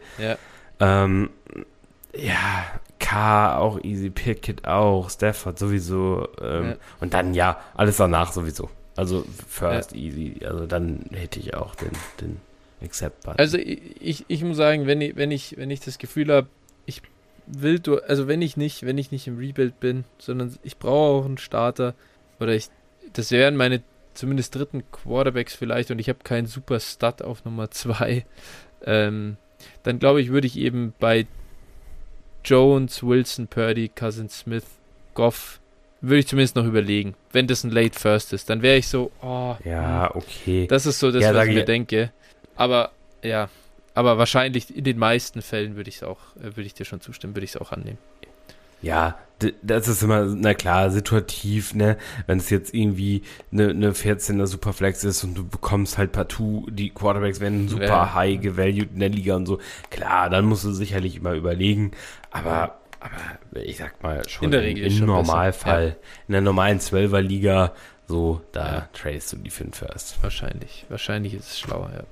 K auch easy, Pickett auch, Stafford sowieso und dann alles danach sowieso. Also First easy, also dann hätte ich auch den Accept-Button. Also ich muss sagen, wenn ich das Gefühl habe, ich will, wenn ich nicht im Rebuild bin, sondern ich brauche auch einen Starter oder das wären meine zumindest dritten Quarterbacks vielleicht und ich habe keinen super Stud auf Nummer 2, dann glaube ich, würde ich eben bei Jones, Wilson, Purdy, Cousins, Smith, Goff, würde ich zumindest noch überlegen. Wenn das ein Late First ist, dann wäre ich so, okay. Das ist so das, was ich mir denke. Aber wahrscheinlich in den meisten Fällen würde ich dir schon zustimmen, würde ich es auch annehmen. Ja, das ist immer, na klar, situativ, ne, wenn es jetzt irgendwie eine 14er Superflex ist und du bekommst halt partout, die Quarterbacks werden super high gevalued in der Liga und so, klar, dann musst du sicherlich immer überlegen, aber ich sag mal schon in der Regel im Normalfall, in der normalen 12er Liga, so, da tradest du die für den First. Wahrscheinlich ist es schlauer, ja.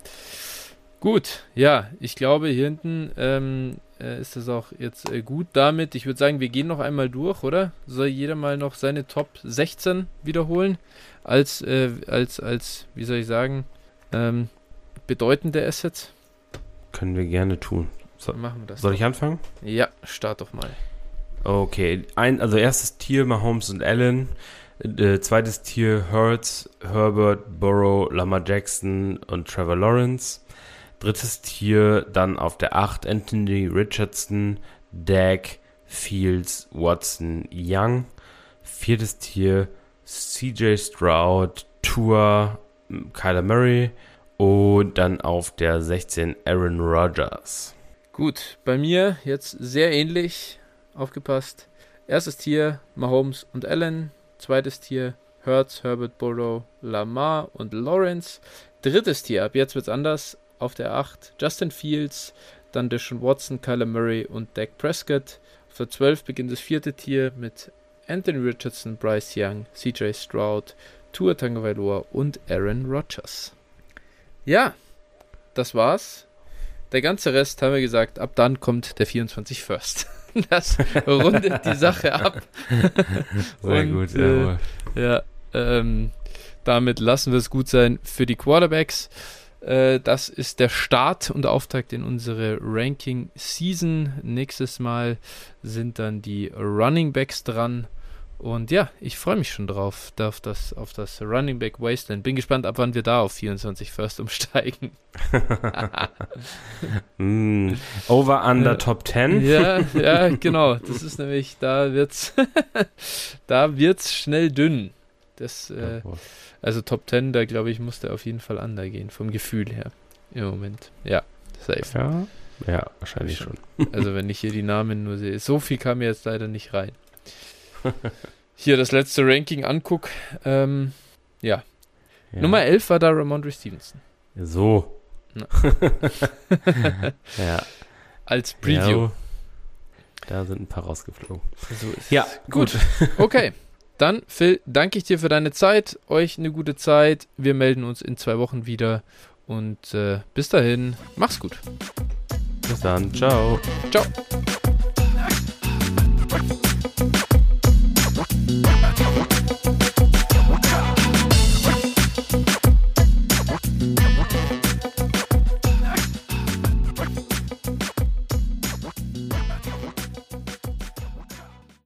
Gut, ich glaube, hier hinten ist das auch jetzt gut damit. Ich würde sagen, wir gehen noch einmal durch, oder? Soll jeder mal noch seine Top 16 wiederholen? Als wie soll ich sagen, bedeutende Assets? Können wir gerne tun. Machen wir das. Soll ich anfangen? Ja, start doch mal. Okay, also erstes Tier Mahomes und Allen. Zweites Tier Hurts, Herbert, Burrow, Lamar Jackson und Trevor Lawrence. Drittes Tier dann auf der 8 Anthony Richardson, Dak, Fields, Watson, Young. Viertes Tier CJ Stroud, Tua, Kyler Murray und dann auf der 16 Aaron Rodgers. Gut, bei mir jetzt sehr ähnlich, aufgepasst. Erstes Tier Mahomes und Allen, zweites Tier Hurts, Herbert, Burrow, Lamar und Lawrence. Drittes Tier, ab jetzt wird's anders, auf der 8 Justin Fields, dann Deshaun Watson, Kyler Murray und Dak Prescott. Auf der 12 beginnt das vierte Tier mit Anthony Richardson, Bryce Young, CJ Stroud, Tua Tagovailoa und Aaron Rodgers. Ja, das war's. Der ganze Rest haben wir gesagt, ab dann kommt der 24 First. Das rundet die Sache ab. Sehr gut, jawohl. Ja, damit lassen wir es gut sein für die Quarterbacks. Das ist der Start und Auftakt in unsere Ranking-Season. Nächstes Mal sind dann die Running Backs dran. Und ja, ich freue mich schon drauf, auf das Running Back Wasteland. Bin gespannt, ab wann wir da auf 24 First umsteigen. Over under Top 10? Ja, genau. Das ist nämlich, da wird's schnell dünn. Also Top 10, da glaube ich, muss der auf jeden Fall under gehen, vom Gefühl her. Im Moment. Ja, safe. Ja, wahrscheinlich schon. Also wenn ich hier die Namen nur sehe. So viel kam mir jetzt leider nicht rein. Hier das letzte Ranking anguck. Ja. Nummer 11 war da Ramondre Stevenson. So. Ja. Als Preview. Ja, da sind ein paar rausgeflogen. So ist ja, gut. Okay. Dann, Phil, danke ich dir für deine Zeit. Euch eine gute Zeit. Wir melden uns in 2 Wochen wieder. Und bis dahin, mach's gut. Bis dann. Ciao. Ciao.